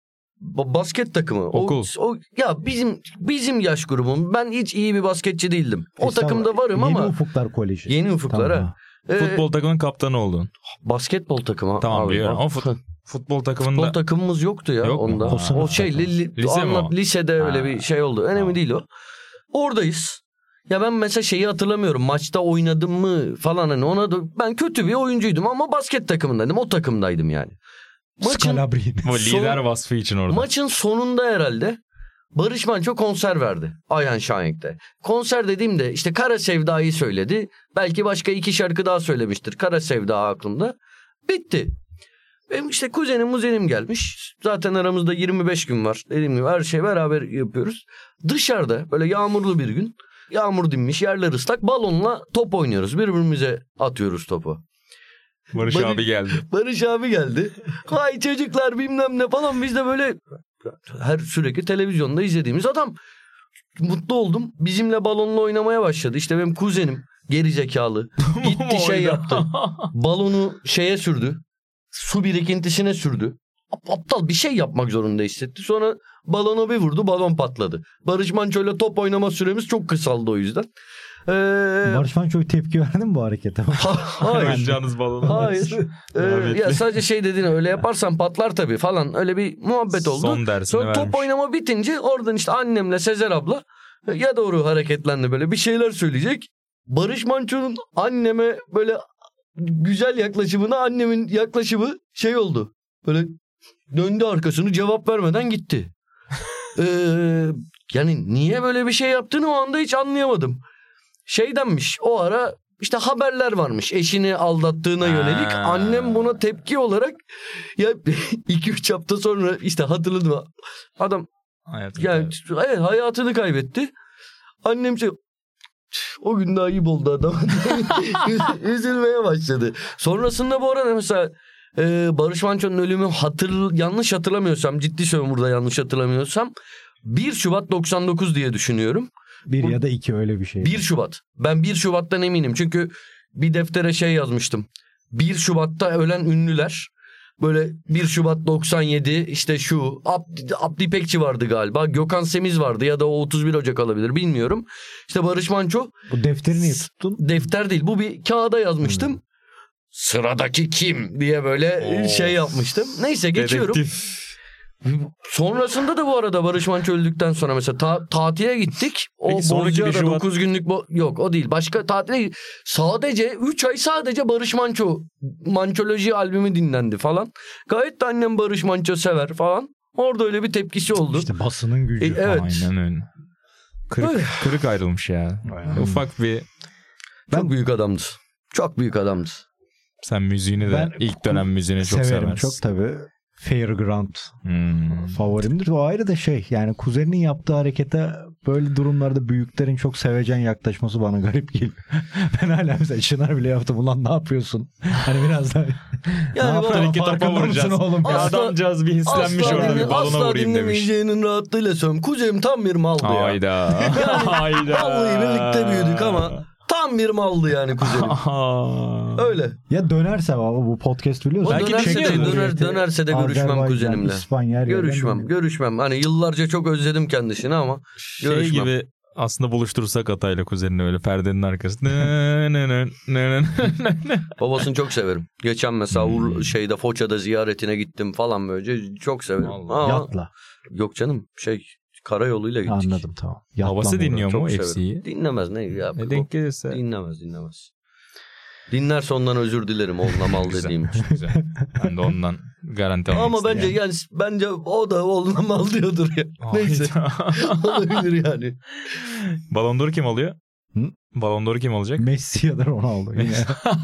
Ba- basket takımı. Okul. O, o ya bizim bizim yaş grubum. Ben hiç iyi bir basketçi değildim. O Estağfurullah. takımda varım Yeni ama Ufuklar Koleji. yeni ufuklar Tamam. ha. Ee, Futbol takımının kaptanı oldun. basketbol takımı. Tamam abi. biliyorum ama fut- futbol takımında Futbol takımımız yoktu ya Yok mu? onda. Ha. O şey li, li- Lise mi anlat, o? lisede öyle Ha. bir şey oldu. Önemli Tamam. değil o. Oradayız. Ya ben mesela şeyi hatırlamıyorum. Maçta oynadım mı falan hani ona da ben kötü bir oyuncuydum ama basket takımındaydım. O takımdaydım yani. Maçın Scalabrini. bu Son- lider vasfı için orada. maçın sonunda herhalde Barış Manço konser verdi Ayhan Şahenk'te. Konser dediğimde işte Kara Sevda'yı söyledi. Belki başka iki şarkı daha söylemiştir. Kara Sevda aklımda. Bitti. Benim işte kuzenim muzenim gelmiş. Zaten aramızda yirmi beş gün var. Dediğim gibi her şey beraber yapıyoruz. Dışarıda böyle yağmurlu bir gün. Yağmur dinmiş, yerler ıslak. Balonla top oynuyoruz. Birbirimize atıyoruz topu. Barış Barış- abi geldi. Barış abi geldi. Hay çocuklar bilmem ne falan. Biz de böyle her sürekli televizyonda izlediğimiz adam. Mutlu oldum. Bizimle balonla oynamaya başladı. İşte benim kuzenim geri zekalı. Gitti şey yaptı. Balonu şeye sürdü. Su birikintisine sürdü. Aptal bir şey yapmak zorunda hissetti. Sonra balona bir vurdu, balon patladı. Barış Manço'yla top oynama süremiz çok kısaldı o yüzden. Ee, Barış Manço tepki verdi mi bu harekete? hayır. Oynayacağınız balonu. Hayır. Ee, ya sadece şey dediğine öyle yaparsan patlar tabii falan. Öyle bir muhabbet oldu. Son dersini Sonra vermiş. top oynama bitince oradan işte annemle Sezer abla ya doğru hareketlendi, böyle bir şeyler söyleyecek. Barış Manço'nun anneme böyle güzel yaklaşımına annemin yaklaşımı şey oldu. Böyle döndü arkasını, cevap vermeden gitti. ee, yani niye böyle bir şey yaptığını o anda hiç anlayamadım. Şey denmiş o ara, işte haberler varmış eşini aldattığına yönelik. Ha. Annem buna tepki olarak ya iki üç hafta sonra işte hatırladım. Adam Hayatım yani evet, hayatını kaybetti. Annem şey, o gün daha iyi oldu adam. Üzülmeye başladı. Sonrasında bu arada mesela e, Barış Manço'nun ölümü hatır, yanlış hatırlamıyorsam, ciddi söylüyorum burada yanlış hatırlamıyorsam bir Şubat doksan dokuz diye düşünüyorum. Bir Bu- ya da iki öyle bir şey. bir Şubat. Ben bir Şubat'tan eminim. Çünkü bir deftere şey yazmıştım. bir Şubat'ta ölen ünlüler. Böyle bir Şubat doksan yedi işte şu Abdi, Abdi İpekçi vardı galiba. Gökhan Semiz vardı ya da o otuz bir Ocak olabilir bilmiyorum. İşte Barış Manço. Bu defteri niye tuttun? Defter değil, bu bir kağıda yazmıştım. Hmm. Sıradaki kim diye böyle Oo. şey yapmıştım. Neyse geçiyorum. Dedektif. Sonrasında da bu arada Barış Manço öldükten sonra mesela ta- tatile gittik. O Peki sonraki bir Bozcaada Şubat- dokuz günlük bo- yok o değil. Başka tatile sadece üç ay sadece Barış Manço Mançoloji albümü dinlendi falan. Gayet de annem Barış Manço sever falan. Orada öyle bir tepkisi oldu. İşte basının gücü. E, evet. Aynen öyle. Kırık, Öyle. kırık ayrılmış ya. Aynen. Ufak bir Çok büyük adamdı. Çok büyük adamdı. sen müziğini de Ben ilk dönem müziğini çok severim seversin. çok tabii. Fairground Hmm. favorimdir. O ayrı da şey, yani kuzeninin yaptığı harekete böyle durumlarda büyüklerin çok sevecen yaklaşması bana garip geliyor. Ben hala mesela Çınar bile yaptım. Ulan ne yapıyorsun? Hani biraz daha Yani ne yaptın? Tabii ki topa Farkında mısın vuracağız. oğlum? Ya Asla- adamcağız bir hislenmiş asla orada dinle- bir balona asla vurayım demiş. dinlemeyeceğinin rahatlığıyla söylüyorum. Kuzenim tam bir maldı ya. Hayda. Hayda. Vallahi birlikte büyüdük ama tam bir maldı yani kuzenim. Öyle. Ya dönersem ama bu podcast biliyorsun. O Belki dönerse de, çekiyordur. döner, dönerse de görüşmem Azerbaycan, kuzenimle. İspanya, her yerden Görüşmem, dönüyor. görüşmem. Hani yıllarca çok özledim kendisini ama Şey görüşmem. gibi aslında buluştursak Atay'la kuzenini öyle perdenin arkasında. Nı nı nı nı nı nı. Babasını çok severim. Geçen mesela Hmm. Ur- şeyde Foça'da ziyaretine gittim falan böyle. Çok severim. Allah. Ama Yatla. yok canım şey karayoluyla gittik. Anladım tamam. Yatla Babası mı dinliyor Çok mu severim. F C'yi? Dinlemez ne ya. Ne denk gelirse. Dinlemez dinlemez. Dinlerse ondan özür dilerim onunla mal Güzel, dediğim için. güzel. Ben de ondan garanti almak Ama istedim. bence yani bence o da oğluna mal diyordur ya. Neyse. Olabilir yani. Ballon d'Or kim alıyor? Hı? Ballon d'Or kim alacak? Messi ya da Ronaldo. Yine.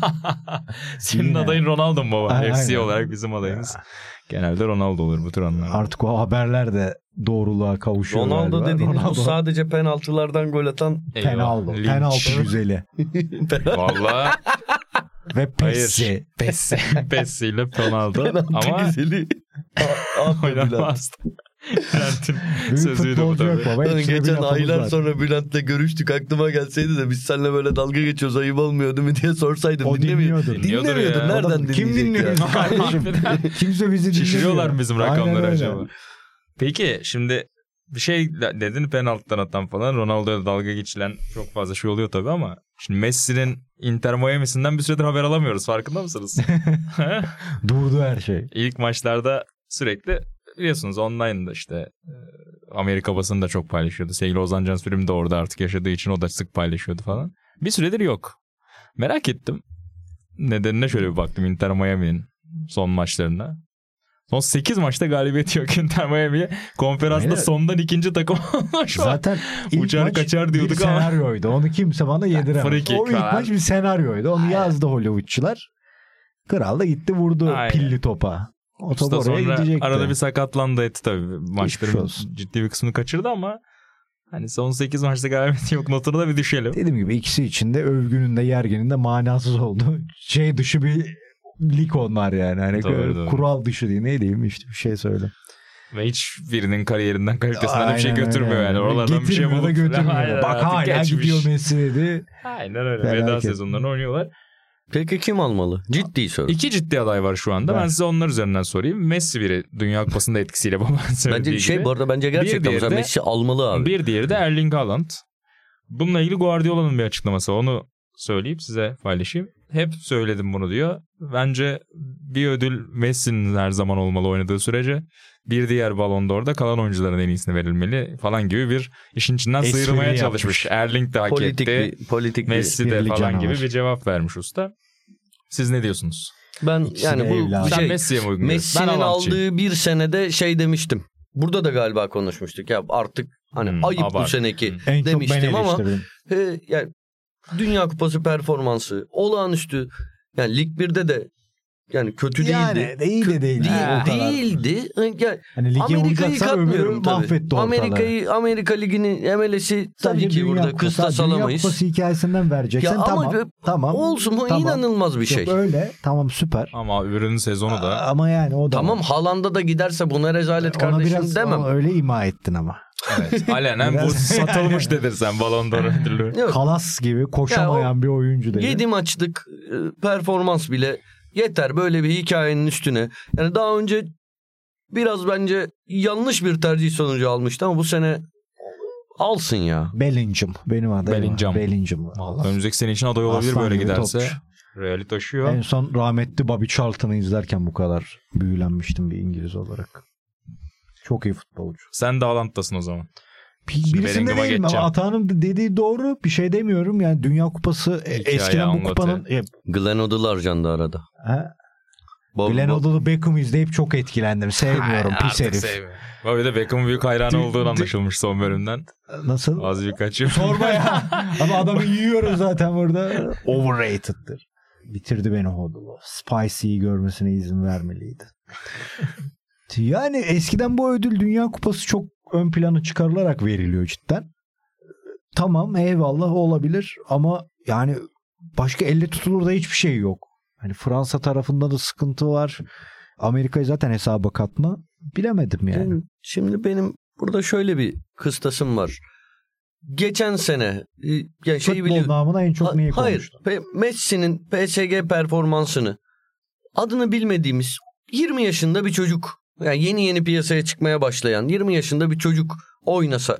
Senin Yine. adayın Ronaldo mu baba? Aynen. F C olarak bizim adayımız. Genelde Ronaldo olur bu tür anlarda. Artık o haberler de doğruluğa kavuşuyor. Ronaldo galiba. dediğiniz Ronaldo, bu sadece penaltılardan gol atan Eyvah, penaltı. linç. Penaltı güzeli. Vallahi Ve Pessi. hayır. Pessi. Pessi ile Ronaldo. penaltı Ama güzeli. A- Ahmet Bülent. oynamaz. Bülent'in Büyük sözüydü bu futbolcu yok tabii. baba. Yani Hepsine bir geçen lafımız aylar var. sonra Bülent'le görüştük, aklıma gelseydi de biz seninle böyle dalga geçiyoruz ayıp olmuyordu mu diye sorsaydım. O Dinlemiyor. dinliyordur. Dinliyordur Dinlemiyordur. ya. Nereden Oğlum, kim dinleyecek dinliyor ya? bizi kardeşim? Kimse bizi dinlemiyor. Şişiriyorlar mı bizim Aynen rakamları öyle. acaba? Peki şimdi bir şey dedin penaltıdan atan falan, Ronaldo'ya dalga geçilen çok fazla şey oluyor tabii ama şimdi Messi'nin Inter Miami'sinden bir süredir haber alamıyoruz, farkında mısınız? Durdu her şey. İlk maçlarda sürekli biliyorsunuz online'da işte e, Amerika basını da çok paylaşıyordu. Sevgili Ozan Cansulim de orada artık yaşadığı için o da sık paylaşıyordu falan. Bir süredir yok. Merak ettim. Nedenine şöyle bir baktım Inter Miami'nin son maçlarına. Son sekiz maçta galibiyeti yok Inter Miami'ye. Konferansta Aynen. sondan ikinci takım olmuş. Zaten ilk Uçar maç kaçar diyorduk bir ama. senaryoydu. Onu kimse bana yediremez. Free kick O ilk falan. maç bir senaryoydu. Onu yazdı Hollywoodçular. Kral da gitti vurdu Aynen. pilli topa. O top Usta oraya sonra gidecekti. arada bir sakatlandı etti tabii. Maçların olsun. ciddi bir kısmını kaçırdı ama Hani son sekiz maçta galibiyeti yok notunu da bir düşelim. Dediğim gibi ikisi için de övgünün de yergenin de manasız oldu. Şey dışı bir lig onlar yani. Hani doğru, doğru. Kural dışı diye ne diyeyim işte bir şey söyle. Ve hiçbirinin kariyerinden kalitesinden Aynen bir şey götürmüyor öyle. yani. Oralardan bir şey Getirmiyor da bulup. götürmüyor. Aynen, Bak hala geçmiş. gidiyor Messi dedi. Aynen öyle. Felaket. Veda sezonlarını oynuyorlar. Peki kim almalı? Ciddi soru. İki ciddi aday var şu anda. Ben, ben size onlar üzerinden sorayım. Messi biri Dünya Kupası'nda etkisiyle baban söylediği bence şey gibi. bu arada bence gerçekten mesela Messi almalı abi. Bir diğeri de Erling Haaland. Bununla ilgili Guardiola'nın bir açıklaması. Onu söyleyip size paylaşayım. Hep söyledim bunu diyor. Bence bir ödül Messi'nin her zaman olmalı oynadığı sürece. Bir diğer Ballon d'Or'da kalan oyuncuların en iyisini verilmeli falan gibi bir işin içinden Espri sıyrılmaya yapmış. çalışmış. Erling de hak Politik etti. bir, politik Messi bir de birli falan canavar. gibi bir cevap vermiş usta. Siz ne diyorsunuz? bir. Ben İkisi yani de bu evladı. Sen şey Messi'ye mi uygun görüyorsun? Ben Messi'nin Haaland'çıyım. aldığı bir senede şey demiştim. Burada da galiba konuşmuştuk ya artık hani Hmm, ayıp abart. bu seneki Hmm. En çok ben demiştim ama eleştirdim. he, yani Dünya Kupası performansı olağanüstü. Yani Lig birde de yani kötü Yani değildi. değil de değil. Değil, Ha, o kadar. değildi. Yani Hani lige Amerika'yı vuracaksan öbürü katmıyorum tabii. mahvetti ortalığı. Amerika'yı Amerika Ligi'ni M L S'i tabii Sadece ki Dünya burada Kupası, kıstas Dünya alamayız. Kupası hikayesinden vereceksen Ya ama tamam. be- tamam. Olsun bu tamam. inanılmaz bir şey. Yok öyle tamam süper. Ama öbürünün sezonu da. Ama yani o da Tamam var. Haaland'a da giderse buna rezalet Ona kardeşim biraz demem. ama öyle ima ettin ama. Evet. Alenen bu Biraz- satılmış dedin sen Ballon d'Or ödülü. Yok. Kalas gibi koşamayan bir oyuncu dedi. yedi maçlık e, performans bile yeter böyle bir hikayenin üstüne. Yani daha önce biraz bence yanlış bir tercih sonucu almıştı ama bu sene alsın ya. Bellingham benim adayım. Bellingham. Bellingham. Vallahi önümüzdeki sene için aday olabilir Aslan böyle gibi giderse. topçu. Real'i taşıyor. En son rahmetli Bobby Charlton'ı izlerken bu kadar büyülenmiştim bir İngiliz olarak. Çok iyi futbolcu. Sen de Haaland'tasın o zaman. Bir- Birisinde Bellingham'a değilim ama geçeceğim. Atan'ın dediği doğru bir şey demiyorum. Yani Dünya Kupası e, Hikaye eskiden bu anlatı. kupanın e, Glenn Odell candı arada. ha, Bob, Glenn Bob- Odell'ı Beckham izleyip çok etkilendim. Sevmiyorum Ay, pis artık herif. sevmiyorum. Bobby de Beckham'ın büyük hayranı Dü- olduğu dü- anlaşılmış son bölümden. Nasıl? Az birkaç yıl. Sorma ya. Ama adamı yiyoruz zaten burada. Overrated'dır. Bitirdi beni Odell. Spicy'yi görmesine izin vermeliydi. Yani eskiden bu ödül Dünya Kupası çok ön plana çıkarılarak veriliyor cidden. Tamam eyvallah olabilir ama yani başka elle tutulur da hiçbir şey yok. Hani Fransa tarafında da sıkıntı var. Amerika'yı zaten hesaba katma. Bilemedim yani. Şimdi- Şimdi benim burada şöyle bir kıstasım var. Geçen sene e, yani şeyi Futbol biliyorum. namına en çok Ha- neyi Hayır. konuştu? Pe- Messi'nin P S G performansını adını bilmediğimiz yirmi yaşında bir çocuk, yani yeni yeni piyasaya çıkmaya başlayan yirmi yaşında bir çocuk oynasa,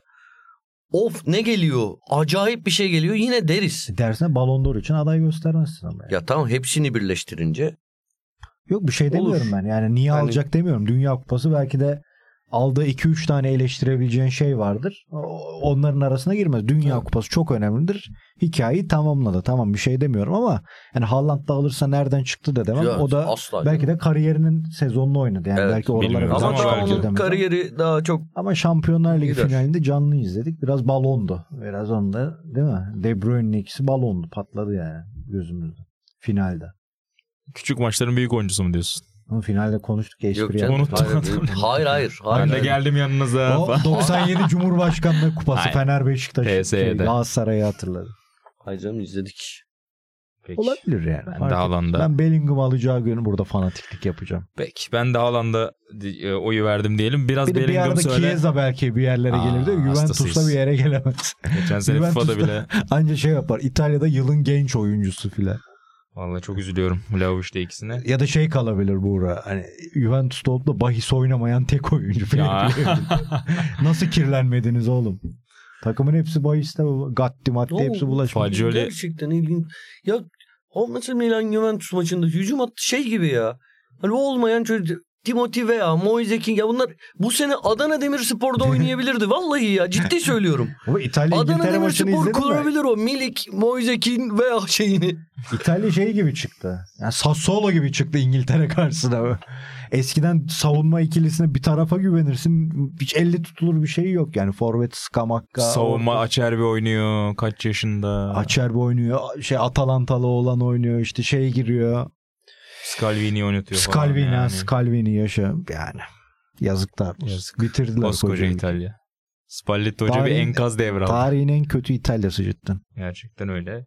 of ne geliyor? Acayip bir şey geliyor. Yine deriz. Dersine Ballon d'Or için aday göstermezsin ama. Yani. Ya tamam hepsini birleştirince Yok bir şey demiyorum Olur. ben. Yani niye Yani- alacak demiyorum. Dünya Kupası belki de aldığı iki üç tane eleştirebileceğin şey vardır. O- Onların arasına girmez. Dünya Evet. Kupası çok önemlidir. Hikayeyi tamamladı. Tamam bir şey demiyorum ama yani Haaland da alırsa nereden çıktı da demem. Ya, o da asla belki de kariyerinin sezonunu oynadı. Yani Evet, belki oralara bilmiyorum. kadar ama Ama daha çıkar belki onun demez ama. kariyeri daha çok Ama Şampiyonlar Ligi Gider. finalinde canlı izledik. Biraz balondu. Biraz onda değil mi? De Bruyne'nin ikisi balondu. Patladı yani gözümüzde. Finalde. Küçük maçların büyük oyuncusu mu diyorsun? Ama finalde konuştuk ya yok espri canım. yaptık. Hayır, hayır, hayır. hayır, Ben de hayır. geldim yanınıza. O doksan yedi Cumhurbaşkanlığı Kupası Aynen. Fener Beşiktaş P S G'de. şey, Galatasaray'ı hatırladım. Hayır canım, izledik. Peki. Olabilir yani. Ben Fark de etmez. Haaland'a. Ben Bellingham alacağı günü burada fanatiklik yapacağım. Peki ben de Haaland'a e, oyu verdim diyelim. Biraz Bir de bir Bellingham arada söyle. Chiesa belki bir yerlere Aa, gelir de Juventus'ta hastasıyız. bir yere gelemez. Geçen sene Juventus'ta- FIFA'da bile. Anca şey yapar. İtalya'da yılın genç oyuncusu filan. Vallahi çok üzülüyorum Vlahovic'te ikisine. Ya da şey kalabilir Buğra. Hani Juventus'ta olup da bahis oynamayan tek oyuncu filan. Ya. Nasıl kirlenmediniz oğlum? Takımın hepsi bahiste. Gatti maddi Oo, hepsi bulaşmış. Fagioli- Gerçekten ilginç. Ya o mesela Milan Juventus maçında hücum attı şey gibi ya. Hani o olmayan çocuk Timothy veya Moise King ya bunlar bu sene Adana Demirspor'da oynayabilirdi. Vallahi ya ciddi söylüyorum. Ama İtalya Adana İngiltere maçını Demirspor izledin mi? kurabilir o Milik, Moise King veya şeyini. İtalya şey gibi çıktı. Yani Sassuolo gibi çıktı İngiltere karşısında. Eskiden savunma ikilisine bir tarafa güvenirsin. Hiç elle tutulur bir şey yok. Yani forvet Scamacca. Savunma orta- Acerbi oynuyor. Kaç yaşında? Acerbi oynuyor. Şey Atalantalı olan oynuyor. İşte şey giriyor. Scalvini oynatıyor falan. Scalvini, yani. Scalvini yaşa. Yani yazıklar. Yazık. Bitirdiler Koskoca koca ülkeyi. İtalya. Spalletti Hoca bir enkaz devraldı. Tarihin en kötü İtalya'sı cidden. Gerçekten öyle.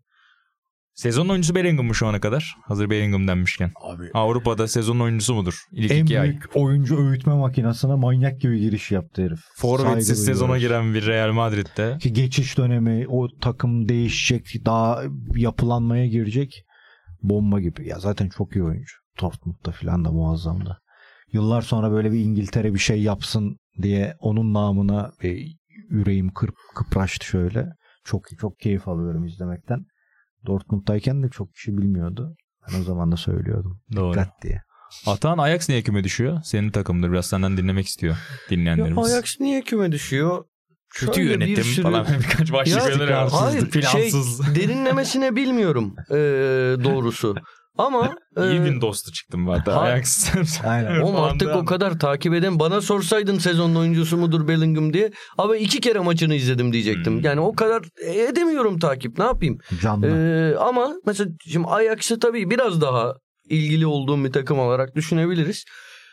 Sezon oyuncusu Bellingham mı şu ana kadar? Hazır Bellingham denmişken. Abi, Avrupa'da sezon oyuncusu mudur? İlk en iki ay. büyük oyuncu öğütme makinesine manyak gibi giriş yaptı herif. Forvetsiz Saygı sezona duyuyoruz. giren bir Real Madrid'de. Ki geçiş dönemi, o takım değişecek, daha yapılanmaya girecek. Bomba gibi. Ya zaten çok iyi oyuncu. Dortmund'da falan da muazzamdı. Yıllar sonra böyle bir İngiltere bir şey yapsın diye onun namına e, yüreğim kırp, kıpraştı şöyle. Çok çok keyif alıyorum izlemekten. Dortmund'dayken de çok kişi bilmiyordu. Ben o zaman da söylüyordum. Doğru. Dikkat diye. Atan Ajax niye küme düşüyor? Senin takımdır. Biraz senden dinlemek istiyor dinleyenlerimiz. Ya Ajax niye küme düşüyor? Kötü Şöyle yönetim bir sürü... falan birkaç başlık Ya, önerim. hayır, Plansız. şey, derinlemesine bilmiyorum ee, doğrusu. Ama İyi e, bir dostu çıktım bu arada. ha- Ajax. Aynen. Oğlum artık o kadar takip eden, bana sorsaydın sezonun oyuncusu mudur Bellingham diye, abi iki kere maçını izledim diyecektim. Hmm. Yani o kadar edemiyorum takip, ne yapayım? Canlı. Ee, ama mesela şimdi Ajax'ı tabii biraz daha ilgili olduğum bir takım olarak düşünebiliriz.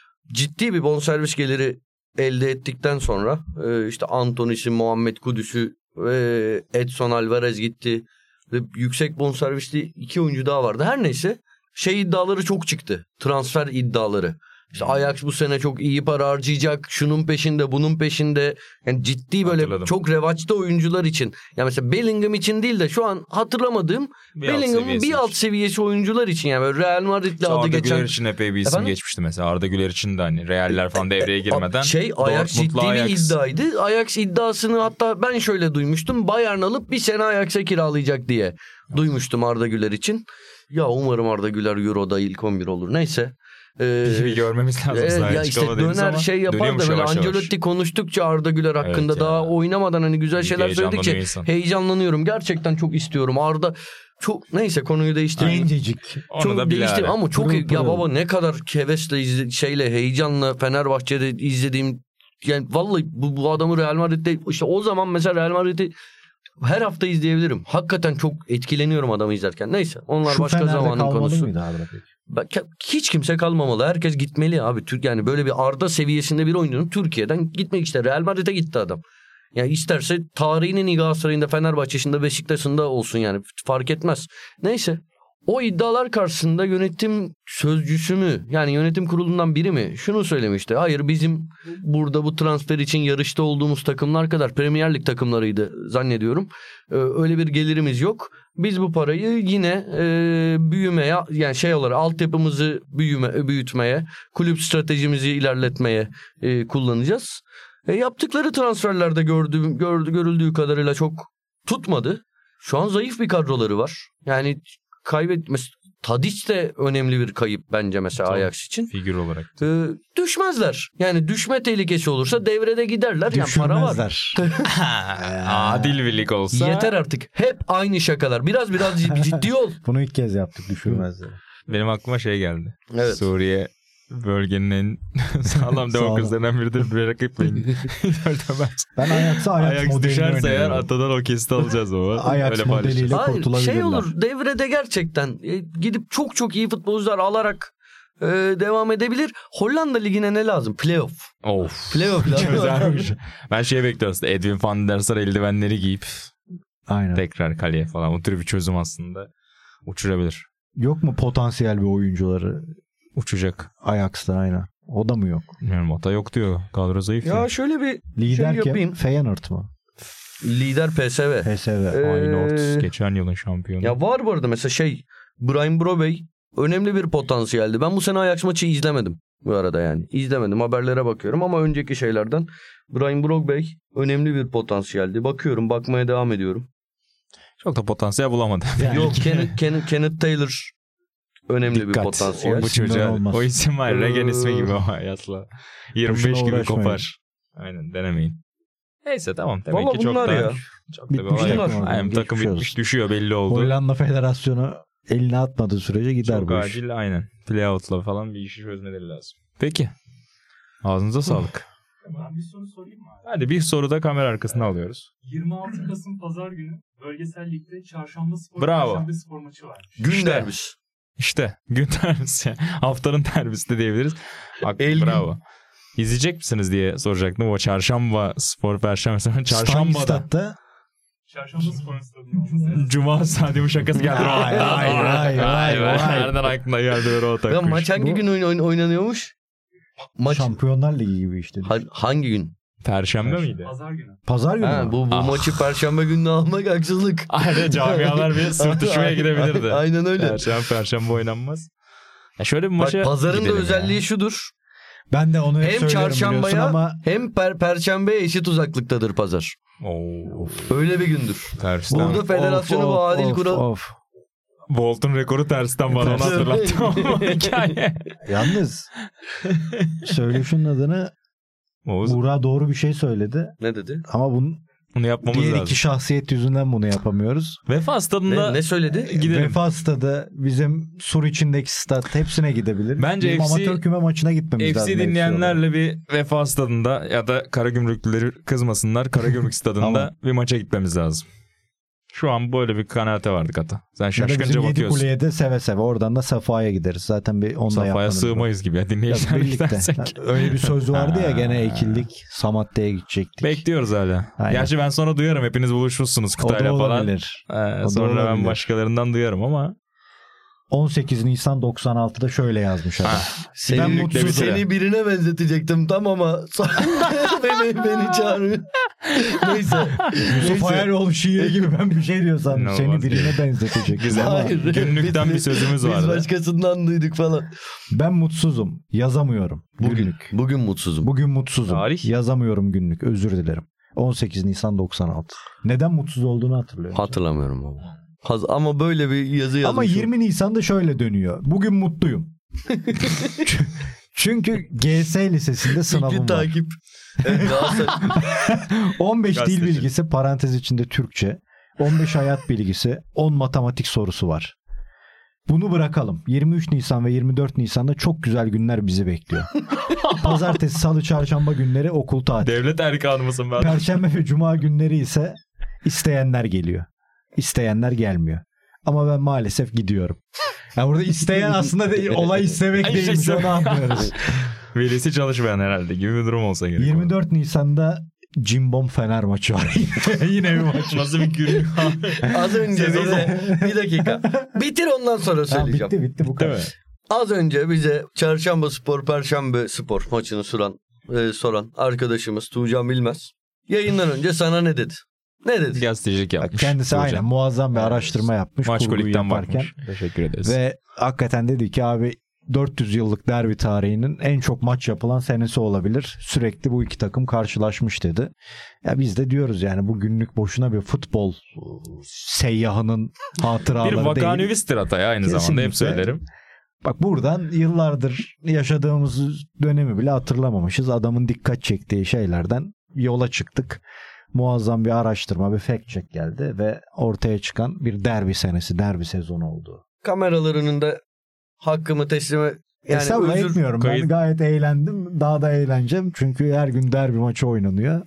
Ciddi bir bonservis geliri elde ettikten sonra e, işte Antony'si, Muhammed Kudüs'ü ve Edson Alvarez gitti. Ve yüksek bonservisli iki oyuncu daha vardı. Her neyse şey iddiaları çok çıktı. Transfer iddiaları. İşte Ajax bu sene çok iyi para harcayacak. Şunun peşinde, bunun peşinde. Yani ciddi böyle Hatırladım. çok revaçta oyuncular için. Yani mesela Bellingham için değil de şu an hatırlamadığım Bir alt Bellingham'ın seviyesi bir alt için. seviyesi oyuncular için. Yani böyle Real Madrid'le İşte adı Arda geçen. Güler için epey bir isim Efendim? geçmişti mesela. Arda Güler için de hani Realler falan devreye girmeden. Şey Ajax ciddi Dortmund'la bir Ajax. iddiaydı. Ajax iddiasını hatta ben şöyle duymuştum. Bayern alıp bir sene Ajax'a kiralayacak diye duymuştum Arda Güler için. Ya umarım Arda Güler Euro'da ilk on bir olur. Neyse. Ee, Bir görmemiz lazım. e, Sahaya ya işte çıkamadığımız döner ama şey yapar da dönüyormuş böyle yavaş yavaş. Ancelotti konuştukça Arda Güler hakkında Evet ya. daha oynamadan hani güzel İyice şeyler heyecanlanıyor söyledikçe insan. heyecanlanıyorum. Gerçekten çok istiyorum. Arda çok neyse konuyu değiştireyim. Gencecik. Onu Çok da değişti bilahare. ama çok Pırıl iyi. Ya pırıl. baba ne kadar hevesle izle, şeyle heyecanla Fenerbahçe'de izlediğim, yani vallahi bu, bu adamı Real Madrid'de işte o zaman mesela Real Madrid'i her hafta izleyebilirim. Hakikaten çok etkileniyorum adamı izlerken. Neyse onlar Şu başka Fener'de zamanın kalmalı konusu. mıydı Arda peki? Bak, hiç kimse kalmamalı. Herkes gitmeli abi. Türk yani böyle bir Arda seviyesinde bir oyuncunun Türkiye'den gitmek ister. Real Madrid'e gitti adam. Yani isterse tarihinin iyi Galatasaray'ında, Fenerbahçe'sinde, Beşiktaş'ında olsun yani fark etmez. Neyse. O iddialar karşısında yönetim sözcüsü mü, yani yönetim kurulundan biri mi şunu söylemişti. Hayır, bizim burada bu transfer için yarışta olduğumuz takımlar kadar Premier Lig takımlarıydı zannediyorum. Ee, öyle bir gelirimiz yok. Biz bu parayı yine e, büyümeye, yani şey olarak altyapımızı büyüme, büyütmeye, kulüp stratejimizi ilerletmeye e, kullanacağız. E, yaptıkları transferlerde gördüğüm, gördü, görüldüğü kadarıyla çok tutmadı. Şu an zayıf bir kadroları var. Yani kaybetmesi, Tadic de önemli bir kayıp bence mesela Tabii, Ajax için. Figür olarak. Ee, düşmezler. Yani düşme tehlikesi olursa devrede giderler. Yani para var. Düşürmezler. Adil bir lig olsa. Yeter artık. Hep aynı şakalar. Biraz biraz ciddi ol. Bunu ilk kez yaptık, düşürmezler. Benim aklıma şey geldi. Evet. Suriye bölgenin en sağlam demokrasilerinden biridir. Bir rakip benim. Ben Ajax'a Ajax, Ajax modelini düşerse eğer öneriyorum. atadan o kesiti alacağız baba. Ajax Öyle modeliyle paylaşacağız. Hayır, kurtulabilirler. şey olur. Devrede gerçekten e, gidip çok çok iyi futbolcular alarak e, devam edebilir. Hollanda ligine ne lazım? Playoff. Of. Playoff lazım. Güzelmiş. Ben şey bekliyorum aslında. Edwin van der Sar eldivenleri giyip Aynen. tekrar kaleye falan. O tür bir çözüm aslında. Uçurabilir. Yok mu potansiyel bir oyuncuları Uçacak. Ajax'ta aynen. O da mı yok? Bilmiyorum, hata yok diyor. Kadro zayıf Ya diyor. şöyle bir Lider şey kim? yapayım. Feyenoord mu? Lider P S V. P S V. Ee, Aynort geçen yılın şampiyonu. Ya var bu arada mesela şey Brian Brobey önemli bir potansiyeldi. Ben bu sene Ajax maçı izlemedim bu arada yani. İzlemedim, haberlere bakıyorum ama önceki şeylerden Brian Brobey önemli bir potansiyeldi. Bakıyorum, bakmaya devam ediyorum. Çok da potansiyel bulamadı. Yani Yok Kenneth, Kenneth, Kenneth Taylor önemli bir Dikkat. potansiyel. O, bu İsimler çocuğa, olmaz. o isim var. Ee, Regen ismi gibi o hayatla. yirmi beş Boşuna gibi uğraşmayın. kopar. Aynen, denemeyin. Neyse tamam. Demek Vallahi ki çok bunlar da, ya. çok da bir Bitmiş olay yok. takım. Aynen, Geçmiş takım bitmiş olsun. düşüyor belli oldu. Hollanda Federasyonu eline atmadığı sürece gider Çok bu iş. acil aynen. Playout'la falan bir işi çözmeleri lazım. Peki. Ağzınıza sağlık. Ben bir soru sorayım mı abi? Hadi bir soru da kamera arkasına alıyoruz. yirmi altı Kasım Pazar günü bölgesel ligde Çarşamba Spor Bravo. Perşembe Spor maçı varmış. Gün İşte. derbisi. İşte gün derbisi. Haftanın derbisi de diyebiliriz. Bak, El gün. bravo. İzleyecek misiniz diye soracaktım. O çarşamba spor perşembe çarşambada. Stad'da. Çarşamba Spor'un stadında. Cuma stadyumu şakası geldi. Vay, vay, vay, vay, vay. Nereden aklına geldi böyle o Ya takmış. maç hangi Bu- gün oyn- oyn- oynanıyormuş? Maç Şampiyonlar Ligi gibi işte. Ha- hangi gün? Perşembe miydi? Pazar günü. Pazar günü Ha, mü? bu bu Ah. maçı perşembe gününe almak haksızlık. Aynen, camialar bir sırtışmaya gidebilirdi. Aynen öyle. Perşembe perşembe oynanmaz. Ya şöyle bir Bak, maça pazarın da gidelim özelliği ya. şudur. Ben de onu hep Hem söylerim biliyorsun çarşambaya ama hem per perşembeye eşit uzaklıktadır pazar. Oo, Öyle bir gündür. tersten. Burada federasyonu Of, bu adil of, kural. of. Bolt'un rekoru tersten bana onu hatırlattı ama hikaye. Yalnız söyle şunun adını. Oğuz, Buğra doğru bir şey söyledi. Ne dedi? Ama bunun bunu yapmamız diğer lazım. iki şahsiyet yüzünden bunu yapamıyoruz. Vefa stadında Ne, ne söyledi? gidelim. Vefa stadı, bizim Sur içindeki stat hepsine gidebilir. Bence Bizim F C amatör küme maçına gitmemiz F lazım. C dinleyenlerle bir Vefa stadında ya da Karagümrüklüleri kızmasınlar. Karagümrük stadında Tamam. bir maça gitmemiz lazım. Şu an böyle bir kanaate vardık hatta. Sen Ya da şaşkınca bizim yedi bakıyorsun. kuleye de seve seve. Oradan da Safa'ya gideriz. Zaten bir onda Safaya yapmanız sığmayız gibi ya, lazım. dinleyiciler Birlikte. gidersek. Öyle bir söz vardı ya, Ha. gene ekildik. Samatya'ya gidecektik. Bekliyoruz hala. Aynen. Gerçi ben sonra duyarım. Hepiniz buluşmuşsunuz O da Kutay'la falan. olabilir. Ee, O da sonra ben olabilir. başkalarından duyarım ama. on sekiz Nisan doksan altıda şöyle yazmış adam. Seni, Ben mutsuzum. seni birine benzetecektim tam ama beni, beni çağırıyor. Neyse. Yusuf Neyse. Hayaroğlu şiiri gibi ben bir şey diyorsam İnanılmaz seni birine değil. benzetecek. Güzel. Ama Hayır. Günlükten Biz- bir sözümüz Biz vardı. başkasından duyduk falan. ben mutsuzum. Yazamıyorum. Bugün, Günlük. bugün mutsuzum. Bugün mutsuzum. Tarih. Yazamıyorum günlük. Özür dilerim. on sekiz Nisan doksan altı. Neden mutsuz olduğunu hatırlıyorum. Hatırlamıyorum ama. Haz- Ama böyle bir yazı yazmışım. Ama yirmi Nisan'da şöyle dönüyor. Bugün mutluyum. Çünkü G S Lisesi'nde sınavım Fikri var. takip. Evet, Galatasaray. on beş dil Gazeteci. bilgisi, parantez içinde Türkçe. on beş hayat bilgisi, on matematik sorusu var. Bunu bırakalım. yirmi üç Nisan ve yirmi dört Nisan'da çok güzel günler bizi bekliyor. Pazartesi, salı, çarşamba günleri okul tatil. Devlet erkanı mısın ben? Perşembe ve cuma günleri ise isteyenler geliyor. İsteyenler gelmiyor. Ama ben maalesef gidiyorum. Ya burada isteyen aslında değil, olay istemek Ay, değilmiş, şey- onu anlıyoruz. Velisi çalışmayan herhalde gibi bir durum olsa gerek. yirmi dört Nisan'da Cimbom Fener maçı var. Yine bir maç. Nasıl bir gün? Az önce Sezon bize bir dakika. Bitir ondan sonra Ha, söyleyeceğim. bitti bitti bu Değil mi? kadar. Az önce bize Çarşamba Spor, Perşembe Spor maçını soran, e, soran arkadaşımız Tuğcan Bilmez yayından önce sana ne dedi? Ne dedi? Gazetecilik Bak, yapmış. kendisi Tuğcan. aynen muazzam bir araştırma yapmış. Maç kurguyu kolikten yaparken. bakmış. Teşekkür ederiz. Ve hakikaten dedi ki abi dört yüz yıllık derbi tarihinin en çok maç yapılan senesi olabilir. Sürekli bu iki takım karşılaşmış dedi. Ya biz de diyoruz yani bu günlük boşuna bir futbol seyyahının hatıraları bir değil. vakanüvistir Atay aynı zamanda hep Kesinlikle. söylerim. Bak buradan yıllardır yaşadığımız dönemi bile hatırlamamışız. Adamın dikkat çektiği şeylerden yola çıktık. Muazzam bir araştırma, bir fact check geldi ve ortaya çıkan bir derbi senesi, derbi sezonu oldu. Kameralar önünde hakkımı teslime yani Estağfurullah özür etmiyorum. kayıt- Ben gayet eğlendim. Daha da eğleneceğim. Çünkü her gün derbi maçı oynanıyor.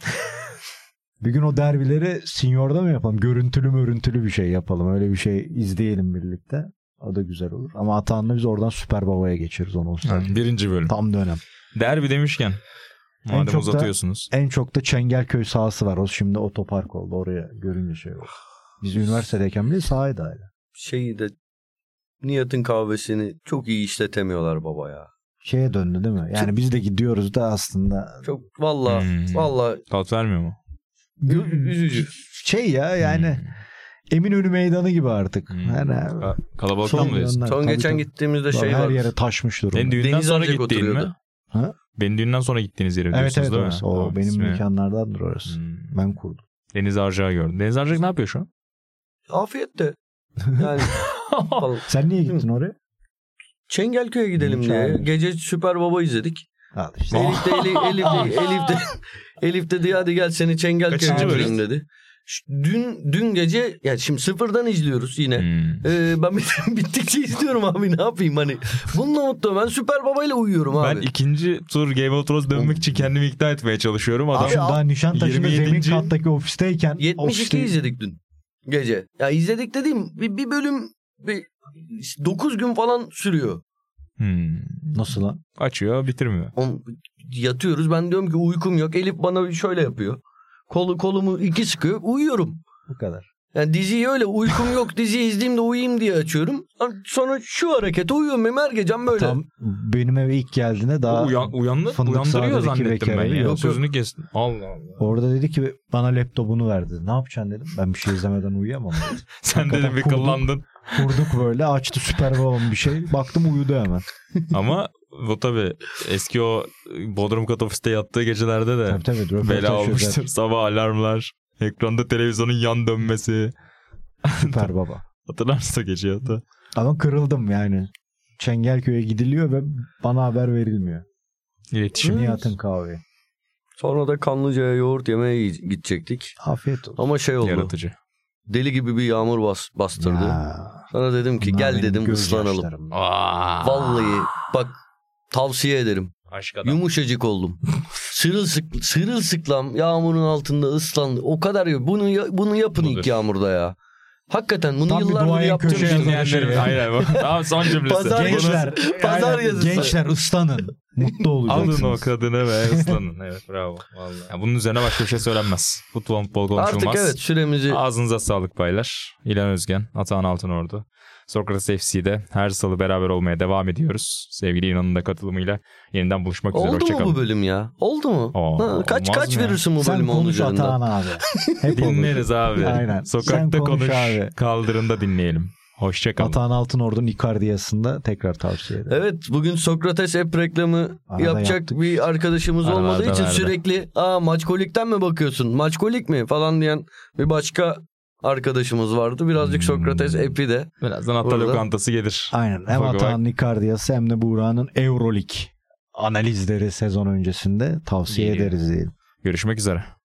Bir gün o derbileri Senior'da mı yapalım? Görüntülü mörüntülü bir şey yapalım. Öyle bir şey izleyelim birlikte. O da güzel olur. Ama Atahan'la biz oradan Süper Baba'ya geçeriz onu olsa. Yani birinci bölüm. Tam dönem. Derbi demişken. En Madem çok da- uzatıyorsunuz. En çok da Çengelköy sahası var. O şimdi otopark oldu. Oraya görünce şey oldu. Biz üniversitedeyken bile sahaydı hala. şeyi de Nihat'ın kahvesini çok iyi işletemiyorlar baba ya. Şeye döndü değil mi? Yani biz de gidiyoruz da aslında. Çok valla Hmm. valla Tat vermiyor mu? üzücü. Şey ya yani Hmm. Eminönü Meydanı gibi artık. Hmm. Yani, Ka- Kalabalıktan Son mı diyorsun? dönemler- Son Tabii, geçen tabii. gittiğimizde şey her var. yere taşmış durumda. Senin düğünden Deniz sonra Ancak gittiğin mi? oturuyordu. Ha? Benim düğünden sonra gittiğiniz yeri Evet biliyorsunuz evet değil mi? orası. O Tamam, benim ismi. mekanlardandır orası. Hmm. Ben kurdum. Deniz Arcak'ı gördüm. Deniz Arcak ne yapıyor şu an? Afiyet de. Yani falan. Sen niye gittin oraya? Çengelköy'e gidelim diye. Çağırmış. Gece Süper Baba izledik. Al işte. Elif de, Elif, Elif de, Elif de, Elif dedi hadi gel seni Çengelköy'e Kaçıncı götüreyim bölüm? dedi. Şu- Dün dün gece yani şimdi sıfırdan izliyoruz yine. Hmm. Ee, ben bit- bittikçe izliyorum abi ne yapayım hani. Bununla mutlu ben Süper Baba'yla uyuyorum abi. Ben ikinci tur Game of Thrones dönmek için kendimi ikna etmeye çalışıyorum. Adam Abi, Şimdi daha Nişantaşı'nda yirmi yedinci zemin kattaki ofisteyken yetmiş iki ofiste- izledik dün gece. Ya izledik dediğim bir, bir bölüm bir dokuz gün falan sürüyor. Hmm. Nasıl lan? Açıyor bitirmiyor. On, yatıyoruz, ben diyorum ki uykum yok. Elif bana şöyle yapıyor. Kolu kolumu iki sıkıyor, uyuyorum. Bu kadar. Yani diziyi öyle uykum yok, diziyi izleyeyim de uyuyayım diye açıyorum. Sonra şu harekete uyuyorum benim her gecem böyle. Tam benim eve ilk geldiğinde daha Uyan, uyandı, fındık uyandırıyor sağdaki zannettim ben bekarı. ya. Yok, Sözünü kestim. Allah Allah. orada dedi ki bana laptopunu verdi. Ne yapacaksın dedim. Ben bir şey izlemeden uyuyamam dedi. Sen Hakikaten de bir kurduk. kıllandın. Kurduk böyle, açtı Süper Baba'nın bir şey. Baktım uyudu hemen. Ama bu tabii eski o Bodrum kat ofiste yattığı gecelerde de Tabii tabii. röportaj bela olmuştur. çözer. Sabah alarmlar, ekranda televizyonun yan dönmesi. Süper Baba. Hatırlar mısın o gece hatta? Ama kırıldım yani. Çengelköy'e gidiliyor ve bana haber verilmiyor. İletişim. Nihat'ın kahve. Sonra da Kanlıca'ya yoğurt yemeye gidecektik. Afiyet olsun. Ama şey oldu. Yaratıcı. Deli gibi bir yağmur bas, bastırdı. Ya, Sana dedim ki bunlar gel benim dedim göz ıslanalım. yaşlarım. Aa. Vallahi bak tavsiye ederim. Aşk adam. Yumuşacık oldum. Sırılsık, sırılsıklam yağmurun altında ıslandı. O kadar ya. Bunu ya- bunu yapın Budur. ilk yağmurda ya. Hakikaten bunu Tam bir yıllardır duayen yaptığım köşe şey. yazarı. Dinleyenlerimiz aynen bu. Tamam son cümlesi. Pazar Bunu- Gençler, Pazar aynen, yazısı. gençler ıslanın. Mutlu olacaksınız. Alın o kadını ve ıslanın. Evet bravo. Vallahi. Ya bunun üzerine başka bir şey söylenmez. Futbol futbol konuşulmaz. Artık evet süremizi Ağzınıza sağlık baylar. İlhan Özgen, Atahan Altınordu. Sokrates F C'de her salı beraber olmaya devam ediyoruz. Sevgili İlhan'ın da katılımıyla yeniden buluşmak üzere. oldu mu Hoşçakalın. bu bölüm ya? Oldu mu? Oo, Ha, kaç olmaz kaç mı ya? verirsin bu Sen bölümü onun konuş üzerinden? Atahan abi. Hep olur. Dinleriz abi. Aynen. Sen Sokakta konuş konuş, abi. kaldırımda dinleyelim. Hoşçakalın. Atahan Altınordu'nun Icardia'sında tekrar tavsiye ederim. Evet bugün Sokrates app reklamı Arada yapacak yaptık. bir arkadaşımız Aralarda olmadığı için verdi. sürekli aa Maçkolik'ten mi bakıyorsun? Maçkolik mi? Falan diyen bir başka arkadaşımız vardı. Birazcık Hmm. Sokrates app'i de. Birazdan hatta Orada- lokantası gelir. Aynen. Hem Ufak Atahan'ın Icardia'sı hem de Buğra'nın Euroleague analizleri sezon öncesinde tavsiye Geliyor. ederiz diyelim. Görüşmek üzere.